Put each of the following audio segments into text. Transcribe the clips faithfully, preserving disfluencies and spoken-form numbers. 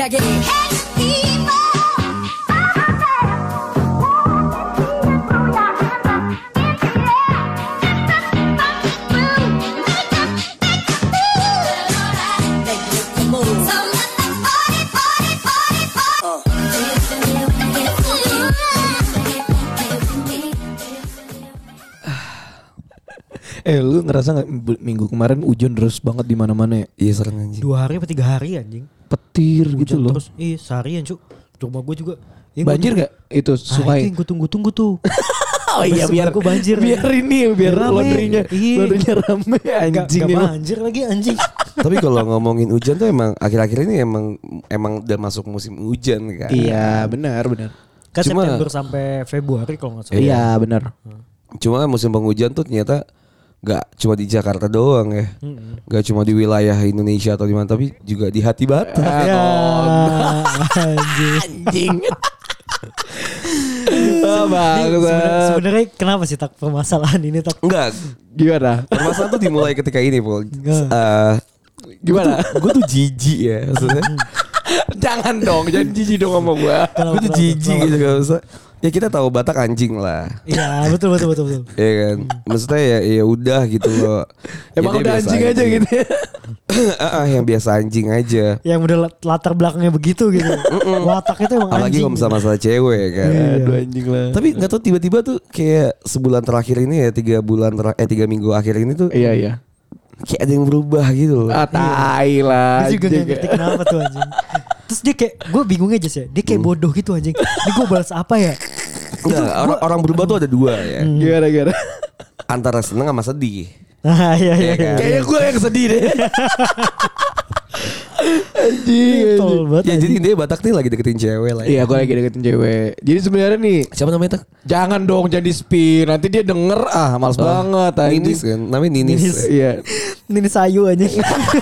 힘차게 Eh lu ngerasa gak minggu kemarin hujan deras banget di mana-mana ya? Iya sering anjing. Dua hari apa tiga hari anjing. Petir Hujan gitu loh. Terus iya seharian cuk. Di rumah gue juga. Ya, Banjir gua, gak itu ah, itu sungai? yang gue tunggu-tunggu tuh. Oh iya biar gue banjir. Biar anjing. ini biar Rame. laundrynya Iya. laundrynya rame anjing. Gak, gak emang. banjir lagi anjing. Tapi kalau ngomongin hujan tuh emang akhir-akhir ini emang emang udah masuk musim hujan kan. Iya benar benar. Kan Cuma- September sampai Februari kalau gak salah. Iya benar. Cuma musim penghujan tuh ternyata gak cuma di Jakarta doang ya. Mm-mm. Gak cuma di wilayah Indonesia atau di mana, tapi juga di hati Batak. Ya, anjing. Anjing. Ah, Ini bagus. sebenar- Sebenarnya kenapa sih tak permasalahan ini tak? Enggak, Gimana? permasalahan tuh dimulai ketika ini, Pol. Enggak. Eh, Gimana? Gue tuh jijik ya maksudnya. Jangan dong, jangan jijik dong sama gua. Kenapa, Gue tuh kenapa, jijik kenapa? gitu kan. Maksudnya, ya kita tahu Batak anjing lah. Iya betul betul betul betul. Ya kan. Maksudnya ya ya udah gitu loh. Emang Ya dia udah biasa anjing aja gitu ya. Ah, yang biasa anjing aja. Yang udah latar belakangnya begitu gitu. Watak itu emang Apalagi anjing. kalau sama masalah cewek kan. Iya. Aduh anjing lah. Tapi nggak tahu tiba-tiba tuh kayak sebulan terakhir ini ya tiga bulan ter eh tiga minggu akhir ini tuh Iya iya. kayak ada yang berubah gitu loh. Ah tai lah. Dia juga gak anjing. ngerti kenapa tuh anjing. Terus dia kayak gue bingung aja sih. Dia kayak bodoh gitu anjing. Ini gue balas apa ya? Enggak, orang, orang berubah tuh ada dua ya. Gara-gara. Antara seneng sama sedih. Nah iya iya. Iya kan? iya. Kayaknya gue yang sedih deh. Anjing. Tol banget Ya jadi anjing. dia Batak nih lagi deketin cewek lah. Iya, gue lagi deketin cewek. Jadi sebenarnya nih, Siapa namanya tak? jangan dong jadi spin. Nanti dia denger ah, males banget anjing. Ninis kan? Namanya Ninis. Ninis. Iya. Ini sayu anjing.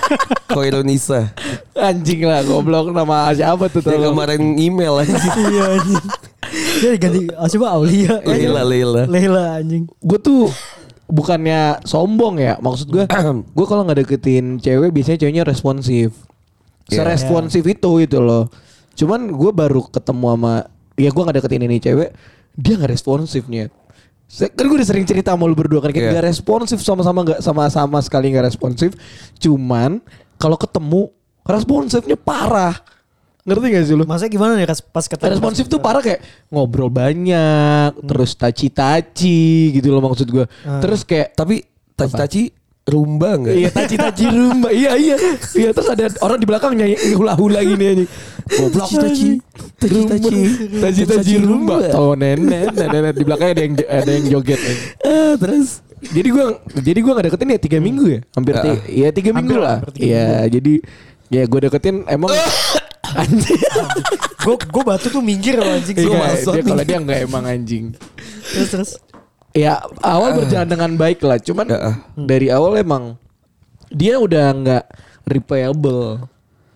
Koironisa. Anjing lah, goblok nama siapa tuh Yang tolong. kemarin email anjing. Iya anjing. Dia ganti ah, coba Aulia. Leila, Leila. Leila anjing. Gue tuh bukannya sombong ya, maksud gue, gue kalau nggak deketin cewek biasanya ceweknya responsif, Iya. seresponsif itu itu loh. Cuman gue baru ketemu sama, ya gue nggak deketin ini cewek, dia nggak responsifnya. Kan gue udah sering cerita sama lu berdua kan, kayak Iya. nggak responsif sama-sama nggak sama-sama sekali nggak responsif. Cuman kalau ketemu responsifnya parah. Ngerti gak sih lu? Maksudnya gimana nih pas- pas ketemu? Responsif tuh parah kayak ngobrol banyak, terus taci-taci gitu loh maksud gue. Terus kayak Tapi taci-taci rumba enggak? iya taci-taci rumba. Iya iya. Iya terus ada orang di belakang nyanyi hula-hula gini aja. Goblok Taci-taci, taci-taci, taci-taci rumba. Oh nenek, nenek di belakang ada yang ada yang joget. Ah, terus Jadi gue jadi gue gak deketin ya tiga minggu ya. Hampir Ah. ti- ya tiga minggu Hampir, lah. hampir tiga Iya jadi ya gue deketin emang anjing. Gue gue batu tuh minggir loh anjing. Iya, Gua masuk dia nih. kalau dia nggak emang anjing. Terus terus. Ya awal berjalan dengan baik lah. Cuman Ya, ah. dari awal emang dia udah nggak replayable.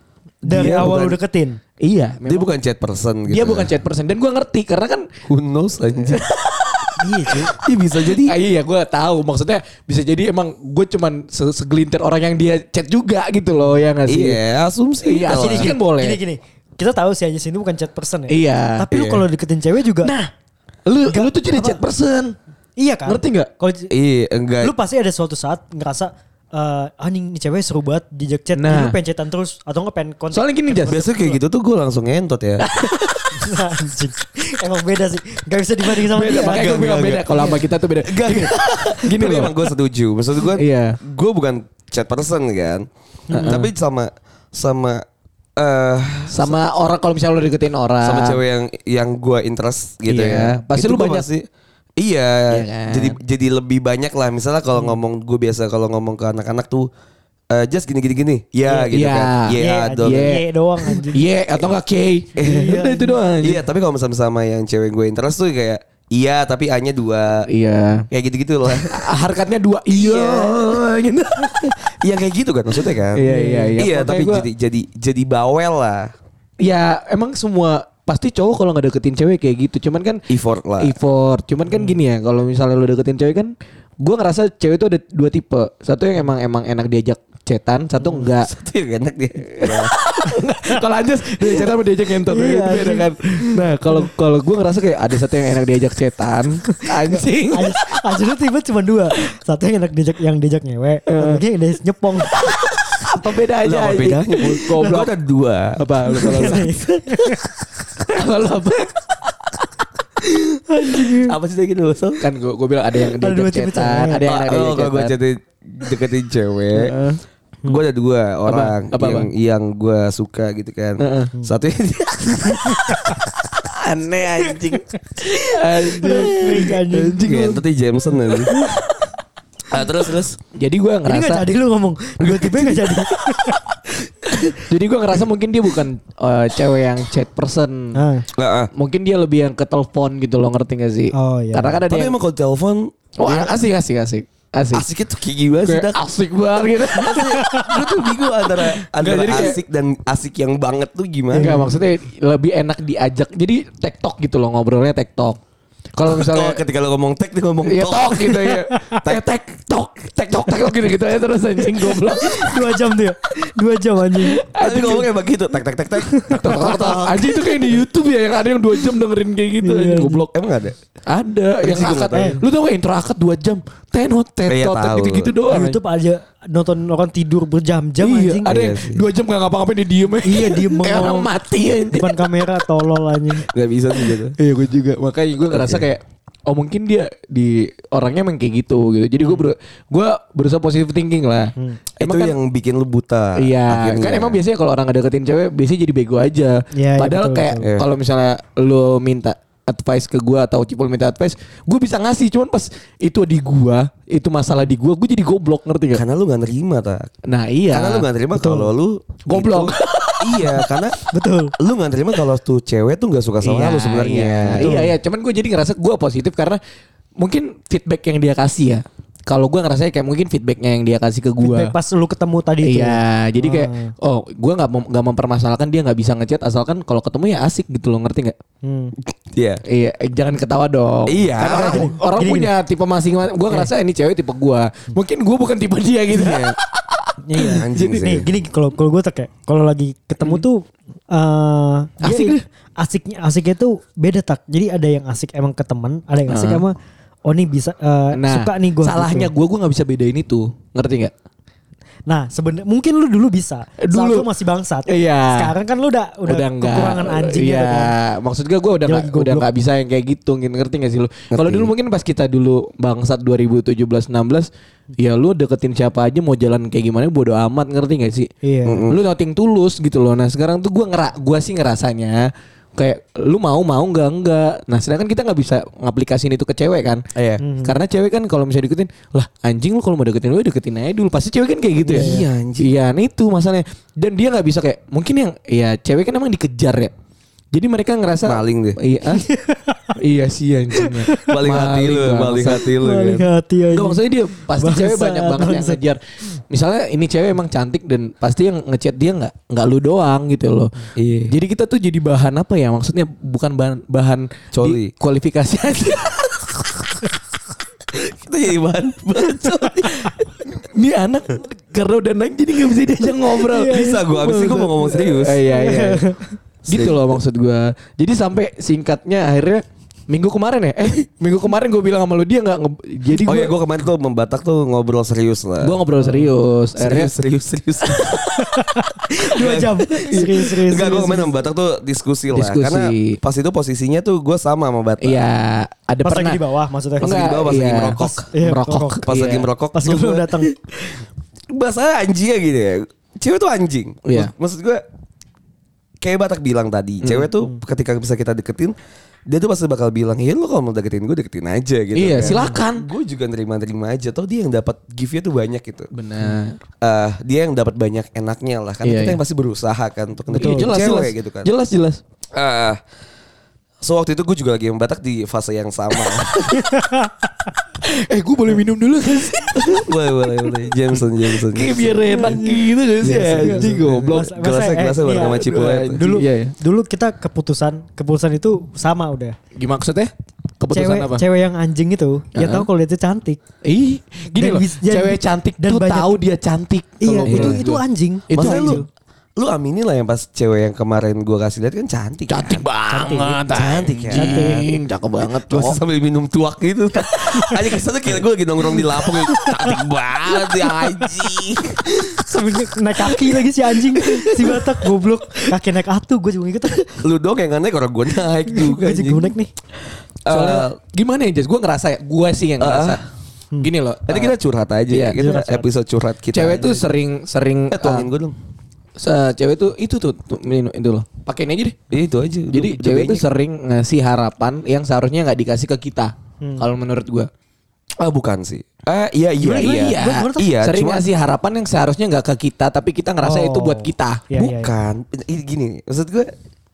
Dari Dia awal bukan- lu deketin. Iya, dia bukan chat person gitu. dia bukan chat person dan gue ngerti karena kan Who knows anjing. Iya cuy. Iya bisa jadi. ah, iya gue tahu maksudnya bisa jadi emang gue cuman se- segelintir orang yang dia chat juga gitu loh ya nggak sih? Iya, asumsi. Iya, lah. asumsi kan boleh. Gini gini. Kita tahu si Anjas ini bukan chat person ya. Iya. Tapi lu Iya. kalau deketin cewek juga. Nah, lu Nggak, lu tuh jadi apa? chat person. Iya kan? Ngerti nggak? Kalau Iya, enggak. lu pasti ada suatu saat ngerasa eh ah nih, nih cewek seru banget dijak chat, Nah. lu pengen chatan terus atau nggak pengen kontak. Soalnya gini Jas, Biasanya kayak gitu tuh gue langsung ngentot ya. Anjing. Emang beda sih. Gak bisa dibanding sama beda dia. makanya gue Enggak, bilang enggak, beda. Kalau sama kita tuh beda. Gini, gini Tapi loh. emang gue setuju. Maksud gue, Iya. gue bukan chat person kan. Tapi sama sama eh Sama orang kalau misalnya lu deketin orang. sama cewek yang yang gue interest gitu Iya. ya. Pasti Itu lu gua banyak- masih- Iya, Iya kan? jadi jadi lebih banyak lah. Misalnya kalau ngomong gue biasa kalau ngomong ke anak-anak tuh, eh just gini gini gini, ya Iya. gitu Iya. kan, Iya, ya dong. Iya. Iya doang anjing. Iya atau enggak K. Udah itu doang. Iya, tapi kalau sama sama yang cewek gue interest tuh kayak iya tapi A-nya dua, Iya. kayak gitu-gitu lah. Harkatnya dua. Iya. Gitu. Iya kayak gitu kan maksudnya kan. Iya, iya, iya. Iya, Makanya tapi gua- jadi jadi jadi bawel lah, Ya emang semua pasti cowok kalau nggak deketin cewek kayak gitu. Cuman kan effort lah. effort. Cuman kan gini ya, kalau misalnya lu deketin cewek kan, gue ngerasa cewek itu ada dua tipe. Satu yang emang emang enak diajak cetan, satu enggak. Satu yang enak dia. Kalau Anjas diajak cetan sama diajak ngentot Iya, itu beda kan. Nah kalau kalau gue ngerasa kayak ada satu yang enak diajak cetan, anjing. Aja lu tiba cuma dua. Satu yang enak diajak yang diajak ngewe, lagi yang diajak nyepong. Apa beda aja? Lah, apa anjing? bedanya? Goblok. Gue ada dua. Apa? Lu kalau kalau apa? Apa sih lagi dulu? So? Kan gue gue bilang ada yang Ada dua diajak tipe cetan, cewek. ada yang enak Oh, diajak kalau gue cetan. jadi deketin cewek, gue ada dua orang Apa? yang Apa? yang gue suka gitu kan. Heeh. Satunya dia Aneh anjing. Anjing, anjing. anjing ya, nanti Jameson nanti. Ah, terus terus. Jadi gue Ini gak ngerasa jadi lu ngomong. Dua tipe gak jadi. Jadi gue ngerasa mungkin dia bukan eh, cewek yang chat person. Ah. Nah, ah. Mungkin dia lebih yang ke telepon gitu loh, ngerti gak sih? Oh, iya. Karena kan ada Tapi yang emang kalau telepon oh, asik asik asik. Asik. asiknya tuh kayak gimana sih? Kayak Dak? asik banget gitu. Gue tuh bingung antara antara jadi kayak- asik dan asik yang banget tuh gimana? Enggak, maksudnya lebih enak diajak. Jadi tektok gitu loh, ngobrolnya tektok. Kalau misalnya Oh, ketika lo ngomong tek dia ngomong Iya tok. tok gitu ya. Tek tek tok tek tok tek tok gitu gitu aja terus anjing goblok. Dua jam tuh ya. Dua jam anjing. Tapi ngomongnya begitu tek tek tek tek. Tok tok tok. Anjing itu kayak di YouTube ya yang ada yang dua jam dengerin kayak gitu Iya, anjing goblok. Emang ada? Ada yang sih gua akad. nggak tahu. Lu tau gak intro akad dua jam? Tenot Iya, tetot tahu. gitu-gitu doang. YouTube aja nonton orang tidur berjam-jam Iya, anjing. ada Iya yang sih. dua jam gak ngapa-ngapain dia diem aja. Iya, diem Kayak orang bengong. mati anjing. Depan kamera tolol anjing. Gak bisa sih gitu. Iya gue juga. Makanya gue ngerasa Oke. kayak oh mungkin dia di orangnya emang kayak gitu gitu. Jadi gue ber, gue berusaha positive thinking lah. Itu kan- yang bikin lu buta. Iya, akhirnya. kan emang biasanya kalau orang ngedeketin cewek biasanya jadi bego aja. Iya, iya, Padahal betul, kayak betul. kalau misalnya lu minta advice ke gua atau Cipul minta advice, gue bisa ngasih. Cuman pas itu di gua, itu masalah di gua, gue jadi goblok, ngerti gak? Karena lu gak nerima tak. Nah iya. Karena lu gak nerima kalau lu Goblok. itu- iya, karena Betul. lu gak nerima kalau tuh cewek tuh gak suka sama lu sebenarnya. Iya, iya, iya. Cuman gue jadi ngerasa gue positif karena mungkin feedback yang dia kasih ya. Kalau gue ngerasa kayak mungkin feedbacknya yang dia kasih ke gue. Feedback pas lu ketemu tadi itu. Iya, jadi kayak Ah. oh, gue nggak mem- nggak mempermasalahkan dia nggak bisa ngechat asalkan kalau ketemu ya asik gitu loh, ngerti nggak? Hmm. Iya. Iya, eh, jangan ketawa dong. Iya. Kan orang, Gini, orang gini, punya tipe masing-masing. Gue ngerasa ini cewek tipe gue. Mungkin gue bukan tipe dia gitu. Iya. Anjing Jadi sih. nih gini kalau kalau gue tak kayak kalau lagi ketemu tuh eh dia Asik ini- deh. asiknya asiknya tuh beda tak. Jadi ada yang asik emang ke temen, ada yang asik Ah. sama oh nih bisa eh, Nah, suka nih gue. salahnya gue gue nggak bisa bedain itu, ngerti nggak? Nah sebenarnya mungkin lu dulu bisa. Dulu. Saat lu masih bangsat. Iya. Sekarang kan lu udah udah, enggak. kekurangan anjing Iya, ya kan. maksud gue gue udah Dia nggak lagi udah goblok. nggak bisa yang kayak gitu, ngerti gak sih lu? Kalau dulu mungkin pas kita dulu bangsat dua ribu tujuh belas enam belas, ya lu deketin siapa aja mau jalan kayak gimana bodo amat, ngerti gak sih? Iya. Lu nothing tulus gitu loh. Nah sekarang tuh gue ngerak, gue sih ngerasanya kayak lu mau mau enggak enggak. Nah sedangkan kita nggak bisa ngaplikasiin itu ke cewek kan? Iya. Karena cewek kan kalau misalnya deketin, lah anjing lu kalau mau deketin lu deketin aja dulu. Pasti cewek kan kayak gitu ya. Iya, anjing. Iya, nah itu masalahnya. Dan dia nggak bisa kayak mungkin yang ya cewek kan emang dikejar ya. Jadi mereka ngerasa Maling deh. Iya. ah? Iya sih anjing. Maling hati lu, bangsat. maling hati lu Maling kan. hati aja. Enggak, maksudnya dia pasti Bangsat, cewek banyak banget yang bangsat. ngejar. Misalnya ini cewek emang cantik dan pasti yang ngechat dia nggak nggak lu doang gitu loh. Iya. Jadi kita tuh jadi bahan apa ya? Maksudnya bukan bahan bahan Coli. di kualifikasi aja. Kita jadi bahan bahan coli. Ini anak karena udah naik jadi nggak bisa diajak ngobrol. Bisa gua abis ini gua mau ngomong serius. Eh, iya iya. Gitu loh maksud gua. Jadi sampai singkatnya akhirnya minggu kemarin ya. Eh minggu kemarin gue bilang sama lu dia nggak nge- jadi Oh gua ya, gue kemarin tuh membatak tuh ngobrol serius lah. gua ngobrol serius. Akhirnya serius, serius, serius. Dua jam. Serius serius. Enggak, gue serius. kemarin sama Batak tuh diskusi lah. Diskusi. Karena pas itu posisinya tuh gue sama sama Batak. iya ada Pas pernah lagi di bawah maksudnya. Pas lagi di bawah, pas lagi iya. merokok. Iya, merokok. merokok. Pas Iya. lagi merokok. Pas gua- lu datang. Bahasanya anjing ya gitu ya. Cewek tuh anjing. Iya. Maksud- Maksud gue kayak Batak bilang tadi, cewek tuh ketika bisa kita deketin, dia tuh pasti bakal bilang, "Ya lu kalau mau deketin gue deketin aja gitu." Iya, kan. silakan. Gue juga nerima-nerima aja. Toh dia yang dapat gift-nya tuh banyak gitu. Benar. Eh, dia yang dapat banyak enaknya lah. Karena Iya, kita iya. yang pasti berusaha kan untuk Iya, deketin jelas cewek jelas gitu kan. jelas jelas. Ah, so waktu itu gue juga lagi membatak di fase yang sama. Eh gue boleh minum dulu kan sih? boleh boleh boleh. Jameson Jameson. Kayak biar enak gitu gak sih? Anjing goblok. Masa- masa, Gelasnya eh, gelasnya bareng iya, sama Cipollette. Dulu Iya, iya. dulu kita keputusan keputusan itu sama udah. Gimana maksudnya? Keputusan cewek apa? cewek yang anjing itu dia Uh-huh. tahu kalau dia itu cantik. Ih, gini Dan loh. bis- dan- Cewek cantik dan tuh banyak- tahu dia cantik. Iya, Kalau itu menurut itu gua. anjing. Itu Maksudnya lu anjing. lu aminin lah yang pas cewek yang kemarin gue kasih lihat kan cantik. Cantik kan? banget. Cantik ya. Anjing, cakep banget. Gak usah Cok. sambil minum tuak gitu. Aja kesana kira gue lagi nongkrong di Lampung. Cantik banget ya anjing. Sambil naik kaki lagi si anjing. Si Batak goblok. Kaki naik atu gue juga ikut. Lu dong yang naik, orang gue naik juga. Gue juga naik nih. Soalnya Eh, gimana ya, Jas? Gue ngerasa ya, gue sih yang ngerasa. Gini loh. Tadi eh, kita curhat aja Iya, ya. Kita curhat, curhat. episode curhat kita. cewek aja. tuh sering sering Eh tuangin eh, gue dong. se- cewek tuh itu tuh, tuh minum itu loh. Pakein aja deh. Iya itu aja. Jadi Udah- udah cewek tuh banyak. sering ngasih harapan yang seharusnya nggak dikasih ke kita. Kalau menurut gue. Ah bukan sih. Ah iya iya Gimana, iya. gimana? Iya. Gua- gua- Iya. Sering cuma- ngasih harapan yang seharusnya nggak ke kita, tapi kita ngerasa Oh. itu buat kita. Iya, iya, iya. Bukan. Ini gini, maksud gue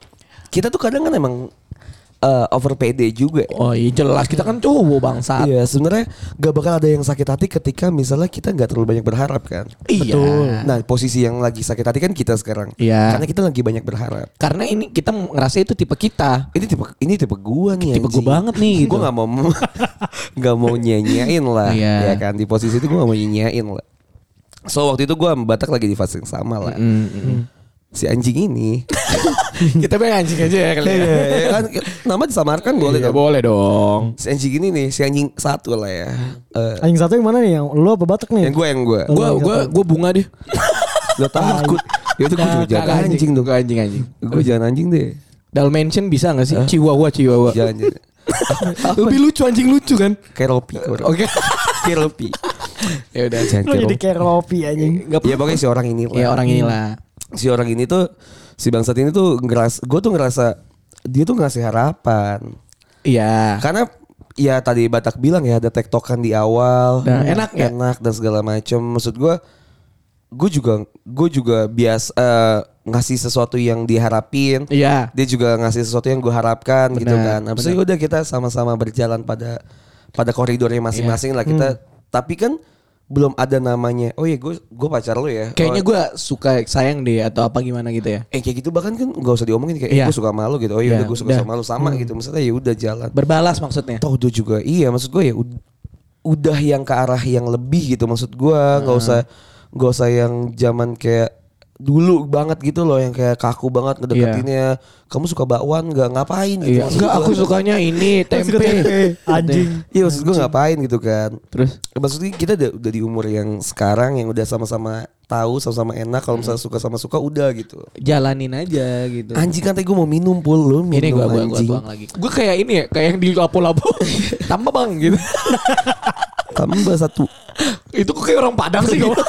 kita tuh kadang kan emang eh, over pede juga. Oh iya jelas, kita kan cowok bangsat. Iya, sebenarnya gak bakal ada yang sakit hati ketika misalnya kita nggak terlalu banyak berharap kan. Iya. Nah, posisi yang lagi sakit hati kan kita sekarang. Iya. Karena kita lagi banyak berharap. Karena ini kita ngerasa itu tipe kita. Ini tipe ini tipe gua nih. Tipe gua banget nih, gitu. Gua nggak mau nggak mau nyanyain lah. Iya. Ya kan di posisi itu gua nggak mau nyanyain lah. So waktu itu gua sama Batak lagi di fase yang sama lah. Mm, mm. Si anjing ini. Kita pengen anjing aja ya kali ya. Iya, ya kan nama disamarkan boleh Iya, dong. boleh dong. Si anjing ini nih, si anjing satu lah ya. Eh, Anjing satu yang mana nih? Yang lu apa Batak nih? yang gue yang gue. Oh, Gua yang gua satu. gua bunga deh. Udah takut. Ya itu gue juga Kagak jangan anjing dong. Gua anjing anjing. Gue jangan anjing deh. Dalmatian bisa gak sih? Chihuahua Chihuahua. Jangan jangan. Lebih lucu anjing lucu kan? Kayak Ropi. Oke. Kayak Ropi. Ya udah. Jangan Lu kayak jadi Ropi. kayak Ropi anjing. Enggak Ya pokoknya si orang ini lah. Ya orang inilah. Si orang ini tuh si bangsat ini tuh ngeras, gue tuh ngerasa dia tuh ngasih harapan. Iya. Karena ya tadi Batak bilang ya ada tektokan di awal. Nah, enak ya? Enak dan segala macam. Maksud gue gue juga gue juga biasa eh, ngasih sesuatu yang diharapin. Iya. Dia juga ngasih sesuatu yang gue harapkan gitu Benar, kan. Habis itu udah kita sama-sama berjalan pada pada koridornya masing-masing lah kita. Tapi kan belum ada namanya. Oh iya gue gue pacar lu ya. Kayaknya oh, gue suka sayang deh atau apa gimana gitu ya. eh kayak gitu bahkan kan gak usah diomongin kayak Iya. eh, gue suka malu gitu. Oh iya Iya, udah gue suka udah. sama lu sama gitu. Maksudnya ya udah jalan. Berbalas maksudnya. Toh udah juga iya maksud gue ya ud- udah yang ke arah yang lebih gitu maksud gue nggak usah nggak usah yang zaman kayak dulu banget gitu loh yang kayak kaku banget ngedeketinnya. Kamu suka bakwan nggak ngapain gitu. Iya. maksud Enggak, gua. aku sukanya ini tempe. Anjing. Iya maksud gue ngapain gitu kan. Terus Maksudnya kita udah, udah di umur yang sekarang yang udah sama-sama tahu sama-sama enak kalau misalnya suka sama suka udah gitu. jalanin aja gitu. Anjing kan tadi gue mau minum pul lu minum Ini gua gua, gua anjing. tuang lagi. Gue kayak ini ya, kayak yang di lapo-lapo. Tambah bang gitu. Tambah satu. Itu kok kayak orang Padang sih. Gua.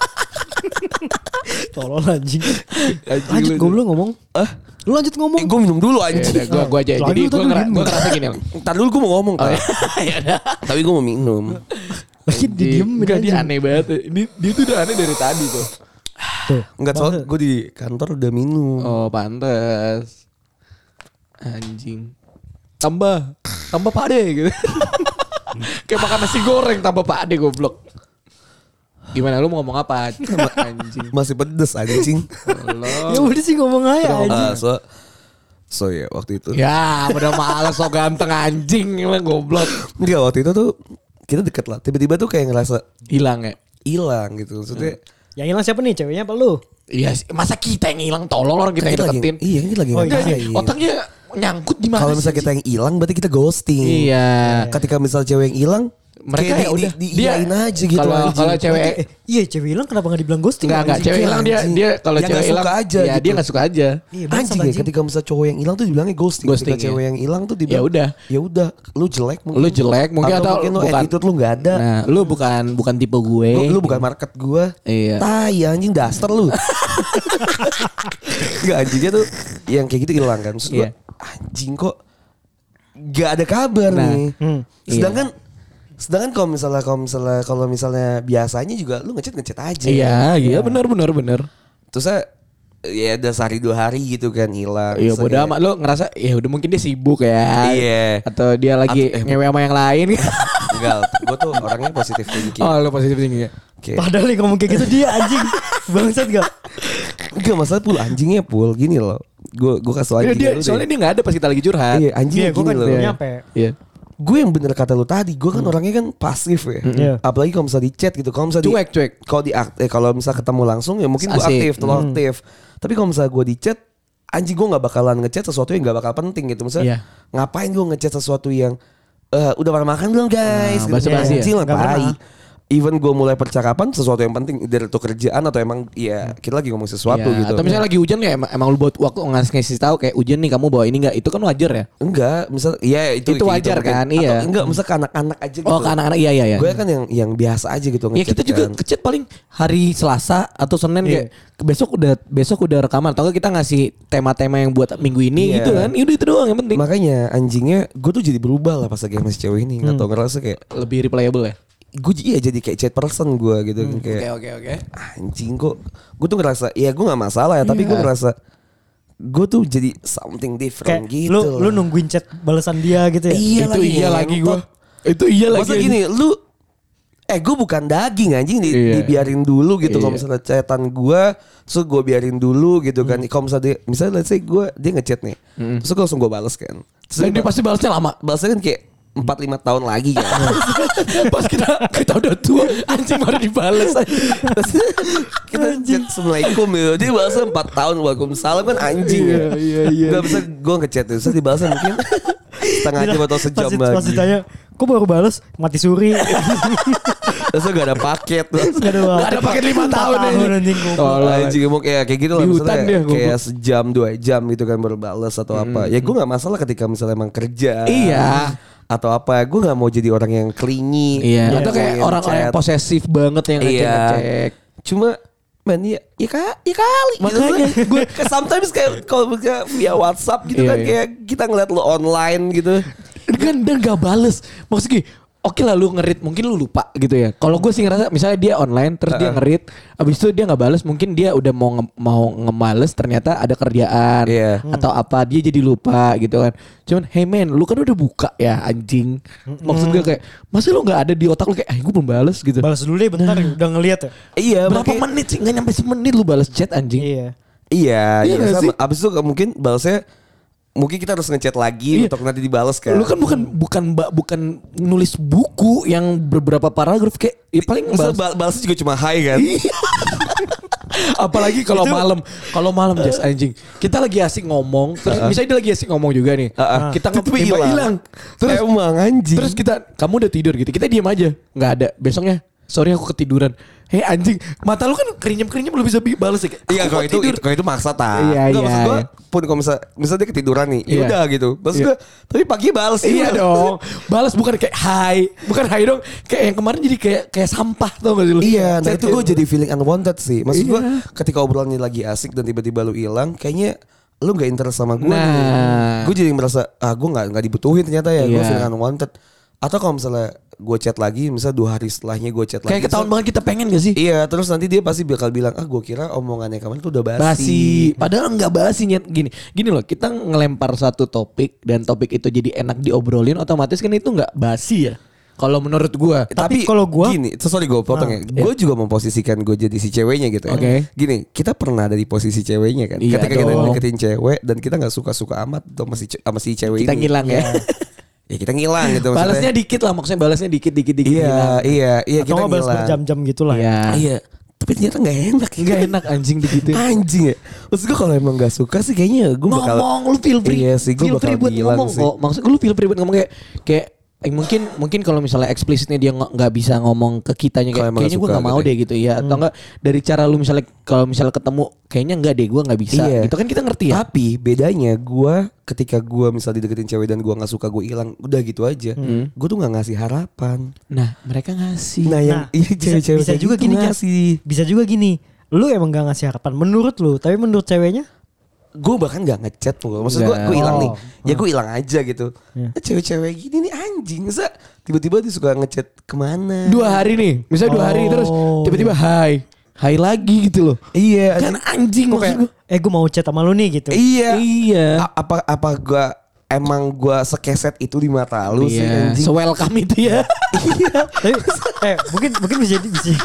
Tolol anjing. Anjing Lanjut lu. goblok ngomong. Ah, Lu lanjut ngomong. eh, gue minum dulu Ya anjing. udah, gua gua aja. Lalu Jadi tadi gua, ngera- minum. gua ngerasa gini. Ntar dulu gue mau ngomong Oh kan. ya udah. Tapi gue mau minum. Lagi diem Enggak, dia aneh banget. Ini dia tuh udah aneh dari tadi tuh. Tuh. Enggak soal gue di kantor udah minum. Oh, pantes. Anjing. Tambah, tambah pade gitu. Kayak makan nasi goreng tambah pade goblok. Gimana lu mau ngomong apa? Anjing. Masih pedes anjing. Ya udah sih ngomong aja anjing. Ah, so so ya waktu itu. Ya, udah males so ganteng anjing emang goblok. Enggak waktu itu tuh kita deket lah. Tiba-tiba tuh kayak ngerasa Hilang ya? hilang gitu. Maksudnya Yang hilang siapa nih? Ceweknya apa lu? Iya, sih. Masa kita yang hilang tolol orang kita kan yang kita lagi, deketin. iya kita lagi Oh, Enggak, ngapain. ini otaknya nyangkut di mana? Kalau sih, misalnya kita anjing? yang hilang berarti kita ghosting. Iya. Ketika misal cewek yang hilang Mereka kayak ya di, udah di, diiyain aja gitu Kalau anjing. kalau cewek Eh, iya cewek hilang kenapa gak dibilang ghosting? enggak enggak anjing? cewek hilang dia anjing. dia kalau Yang cewek nggak hilang suka aja ya gitu. dia enggak suka aja. Iya, Anjing bangsat, ya ketika misal cowok yang hilang tuh dibilangnya ghosting. Ghosting, Ketika ya. cewek yang hilang tuh dibilang Ya udah. Ya udah, lu jelek mungkin. Lu jelek mungkin atau mungkin lu bukan- attitude lu enggak ada. Nah, lu bukan bukan tipe gue. Lu, lu bukan market gua. Iya. Tai anjing daster lu. Enggak anjingnya tuh yang kayak gitu hilang kan. Terus gua Iya. anjing kok gak ada kabar Nah, nih. Hmm. Sedangkan sedangkan kalau misalnya kalau misalnya kalau misalnya biasanya juga lu ngechat ngechat aja. Iya, iya benar benar benar. Terus saya ya ada sehari dua hari gitu kan hilang. Iya, Terus bodo kayak- amat lu ngerasa ya udah mungkin dia sibuk ya. Iya. Atau dia lagi At- eh, ngewe sama yang lain. Enggak, gue tuh orangnya positif thinking. Oh, lu positif tinggi ya. Kayak- Padahal nih ngomong kayak gitu dia anjing. Bangsat gak? Enggak masalah pul anjingnya pul gini loh. Gue gue kasih Iya, anjing dia dulu deh. soalnya dia enggak ada pas kita lagi curhat. Iya anjingnya Iya gue gini kan loh. belum nyampe. Iya. gue yang bener kata lu tadi, gue kan Hmm. orangnya kan pasif ya. Iya. Apalagi kalau misalnya di chat gitu, kalau misalnya di- Cuek, cuek. kalau di akt- eh, kalau misalnya ketemu langsung ya mungkin gue Asik. aktif, terlalu Hmm. aktif. Tapi kalau misalnya gue di chat, anjing gue nggak bakalan ngechat sesuatu yang nggak bakal penting gitu. Misalnya Iya. ngapain gue ngechat sesuatu yang eh, udah pada makan belum guys? Nah, basa-basi ya? Anjing lah, Nggak tai. pernah. Even gue mulai percakapan sesuatu yang penting dari itu kerjaan atau emang ya kita lagi ngomong sesuatu Iya, gitu. Atau misalnya lagi hujan ya emang, emang lu buat waktu ngasih ngasih tahu kayak hujan nih kamu bawa ini enggak? Itu kan wajar ya? Enggak, misal ya itu Itu kayak wajar mungkin. kan, Atau iya. enggak, misal ke anak-anak aja gitu. Oh, ke anak-anak iya iya iya. Gue kan yang yang biasa aja gitu Ya ngechat kita juga kan. kecet paling hari Selasa atau Senin Iya. kayak besok udah besok udah rekaman atau enggak kita ngasih tema-tema yang buat minggu ini Iya. gitu kan. Itu itu doang yang penting. Makanya anjingnya gue tuh jadi berubah lah pas lagi sama si cewek ini. Nggak tau ngerasa kayak Lebih replayable ya. gue iya jadi kayak chat person gue gitu kan kayak Oke oke oke. anjing kok gue tuh ngerasa ya gue nggak masalah ya tapi gue ngerasa gue tuh jadi something different Kayak gitu. lu lu lah. nungguin chat balasan dia gitu ya. Iya Itu lagi, iya lagi ngentot. gua. Itu iya lagi. Masa gini lu eh gue bukan daging anjing di, Iya. dibiarin dulu gitu kalau Iya. misalnya chatan gue terus gue biarin dulu gitu kan kalau misalnya dia misalnya let's say gue dia ngechat nih terus gue langsung gue balas kan terus Dan dia pasti balasnya lama. balasnya kan kayak empat lima tahun lagi kan. Pas kita kita udah tua anjing baru dibales. Terus kita chat assalamualaikum gitu. Dia balasnya empat tahun waalaikumsalam kan anjing ya. Iya, iya, iya. Gak bisa gue ngechat tuh. Terus dibalasnya mungkin setengah jam atau sejam Pas- lagi. Pas ditanya, kok baru balas mati suri. Terus gak ada paket. Gak ada Gak ada paket lima tahun tahun aja. anjing. Oh, Oh, anjing mau kayak kayak gitu lah Di misalnya hutan dia, goblok. kayak sejam dua jam gitu kan baru balas atau apa. Ya gue gak masalah ketika misalnya emang kerja. Iya. Atau apa. Gue gak mau jadi orang yang clingy. Iya. yang Atau kayak pengen orang-orang yang chat. posesif banget yang Iya. ngecek-ngecek. Cuma man ya ya, ka, ya kali Makanya gue sometimes kayak kalau misalnya via WhatsApp gitu Iya, kan iya. kayak kita ngeliat lo online gitu. Dan dan gak bales. Maksudnya oke lah lu ngerit mungkin lu lupa gitu ya. Kalau gue sih ngerasa misalnya dia online terus dia ngerit, abis itu dia nggak bales, mungkin dia udah mau nge- mau ngemales ternyata ada kerjaan Iya. atau apa dia jadi lupa gitu kan. Cuman hey man, lu kan udah buka ya anjing. Maksud gue kayak masa lu nggak ada di otak lu kayak, ah gue belum bales gitu. Balas dulu deh bentar udah ngeliat ya. Iya Berapa makanya- menit sih? Nggak nyampe semenit lu balas chat anjing. Iya. Iya, Iya iya nggak sama. sih? Abis itu mungkin balasnya mungkin kita harus ngechat lagi Iya. untuk nanti dibales kan. Lu kan bukan bukan ba- bukan nulis buku yang beberapa paragraf kayak ya paling Masa balas. bal- balasnya juga cuma hai kan. Iya. Apalagi kalau malam, kalau malam Jas anjing. Kita lagi asik ngomong, terus misalnya dia lagi asik ngomong juga nih. Uh-uh. Kita Tiba-tiba nge- tiba hilang. hilang. Terus Emang anjing. terus kita kamu udah tidur gitu. Kita diam aja. Nggak ada. Besoknya sorry aku ketiduran. Hei anjing, mata lu kan kerinyem-kerinyem lu bisa bi- balas ya. Kayak, Iya aku kalau mau itu, tidur. itu kalau itu maksa tak. Iya, Nggak, iya, maksud gue iya. pun kalau misal, misal dia ketiduran nih, ya Iya. udah gitu. Maksud Iya. gue, tapi pagi balas Iya gitu. dong. Balas bukan kayak hai, bukan hai dong. Kayak yang kemarin jadi kayak kayak sampah tau gak sih lu? Iya, nah Chat itu kayak- gue jadi feeling unwanted sih. Maksud gue Iya. ketika obrolannya lagi asik dan tiba-tiba lu hilang, kayaknya lu nggak interest sama gue. Nah. Gue jadi merasa ah gue nggak nggak dibutuhin ternyata ya. Gue Iya. feeling unwanted. Atau kalau misalnya gue chat lagi, misalnya dua hari setelahnya gue chat lagi. Kayak ketahuan banget kita pengen gak sih? Iya, terus nanti dia pasti bakal bilang ah gue kira omongannya kemarin tuh udah basi. Basi. Padahal enggak basi nyet gini. Gini loh, kita ngelempar satu topik dan topik itu jadi enak diobrolin, otomatis kan itu enggak basi ya. Kalau menurut gua. Tapi kalau gua- gini, sorry gue potong ya. Gue juga memposisikan gue jadi si ceweknya gitu. ya. Oke. Gini, kita pernah ada di posisi ceweknya kan. Iya Ketika kita dong. deketin cewek dan kita nggak suka-suka amat sama si, sama si cewek Kita ini. ngilang ya. Ya kita ngilang gitu maksudnya. Balasnya dikit lah, maksudnya balasnya dikit dikit dikit. Iya, hilang. iya, iya Atau kita nggak balas ngilang. berjam-jam gitu lah ya. Iya. Iya. Tapi ternyata nggak enak. Enggak enak anjing begitu. Anjing ya. Maksud gue kalau emang gak suka sih kayaknya gue bakal Ngomong lu feel free. Iya sih gue feel free bakal buat bilang ngomong sih. kok. Maksud lu feel free buat ngomong kayak kayak eh, mungkin mungkin kalau misalnya eksplisitnya dia nggak nggak bisa ngomong ke kitanya Kalau kayak emang kayaknya gue suka nggak mau gitu deh gitu ya atau enggak dari cara lu misalnya kalau misalnya ketemu kayaknya enggak deh gue nggak bisa Iya. gitu kan kita ngerti ya. Tapi bedanya gue ketika gue misal dideketin cewek dan gue nggak suka gue hilang udah gitu aja. Gue tuh nggak ngasih harapan. Nah mereka ngasih. Nah yang Nah, iya, bisa, cewek-cewek bisa kayak juga gitu gini Jas. ngasih. Bisa juga gini. Lu emang gak ngasih harapan menurut lu, tapi menurut ceweknya Gue bahkan nggak ngechat tuh. Maksud gue Nggak. gue hilang Oh. nih. Ya gue hilang aja gitu. Iya. Nah, cewek-cewek gini nih anjing. Masa tiba-tiba dia suka ngechat kemana? Dua hari nih, misalnya dua hari Oh. terus tiba-tiba hai, hai lagi gitu loh. Iya. Kan anjing kok maksud kayak gue. eh gue mau chat sama lu nih gitu. Iya. Iya. A- Apa apa gue emang gue sekeset itu di mata lu sih Iya. anjing. Se-welcome itu ya. Tapi eh mungkin mungkin bisa jadi bisa,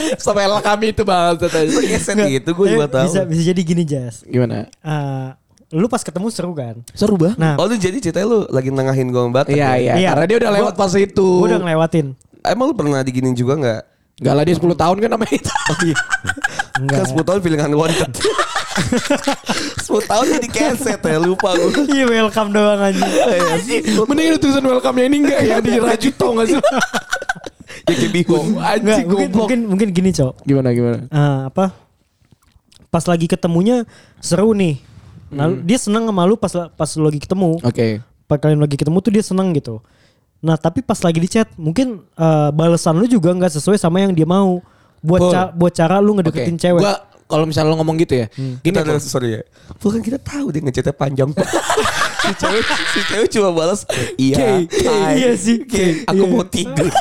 Se-welcome itu banget tadi. Sekeset gitu gue tapi juga tahu. bisa bisa jadi gini Jas. Gimana? Eh, lu pas ketemu seru kan. Seru banget. Nah, Oh lu jadi ceritanya lu lagi nengahin gue sama Batak Iya, ya? iya, Iya. karena dia udah lewat Gua- fase itu. gue udah ngelewatin. Emang lu pernah diginin juga gak? Enggak lah, dia sepuluh tahun kan namanya itu. Kan sepuluh tahun feeling unwanted. sepuluh tahun jadi keset ya, lupa gue. Iya, welcome doang aja. Mending ada tulisan welcome-nya ini enggak ya dirajut tau gak sih? Ya kayak bingung. Enggak, Anjing mungkin, goblok. mungkin mungkin gini, Cok. Gimana gimana? Eh, apa? Pas lagi ketemunya seru nih. Nah, dia senang sama lu pas pas lu lagi ketemu. Oke. Pas kalian lagi ketemu tuh dia senang gitu. Nah, tapi pas lagi di chat mungkin eh, balasan lu juga nggak sesuai sama yang dia mau. Buat Betul. ca- buat cara lu ngedeketin Oke. cewek. Gua kalau misalnya lo ngomong gitu ya. Gini Kita Pol. sorry ya. Bukan kita tahu dia ngechatnya panjang. si cewek si cewek cuma balas iya. K, K, hai, iya sih, K, K, aku iya. mau tidur.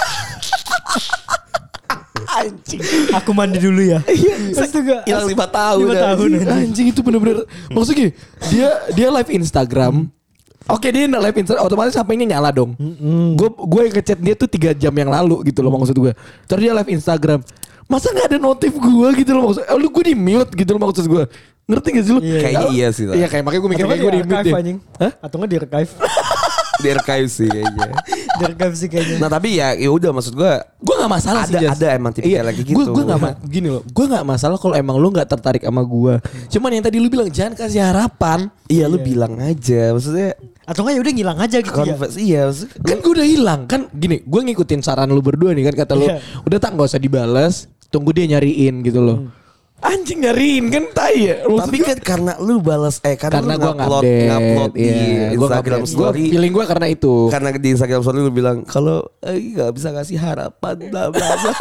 Anjing. Aku mandi dulu ya. Astaga. Hilang lima tahun. Lima anjing. tahun, anjing. Anjing itu bener-bener. Maksudnya gini, dia dia live Instagram. Oke dia live Instagram, otomatis H P-nya nyala dong. Gue gue ngechat dia tuh tiga jam yang lalu gitu loh maksud gue. Terus dia live Instagram. Masa nggak ada notif gue gitu loh maksud. Eh, lu gue di mute gitu loh maksud gue. Ngerti gak sih lu? Iya, Kayaknya iya sih. Iya kayak makanya gue mikir Atau kayak nggak gue di di mute archive deh. anjing? Hah? Atau nggak di archive? Di archive sih kayaknya. Di archive sih kayaknya. Nah tapi ya ya udah maksud gue Gue gak masalah sih Ada- Jas. ada emang tipikal lagi gitu. Gue gue gak ma- gini loh. Gue gak masalah kalau emang lu gak tertarik sama gue. Cuman yang tadi lu bilang jangan kasih harapan. Iya lu bilang aja. Maksudnya Atau nggak ya udah ngilang aja gitu ya. Converse iya maksudnya, Kan gue udah hilang. Kan gini gue ngikutin saran lu berdua nih kan. Kata lu Iya. udah tak gak usah dibales. Tunggu dia nyariin gitu loh. Anjing nyariin kan tai ya. Maksud Tapi gua- kan karena lu balas eh karena, karena lu gue ngupload ngupload, ngupload di Gua Instagram ngupload. story. Gua- feeling gue karena itu. Karena di Instagram story lu bilang kalau eh, gak bisa kasih harapan bla bla bla.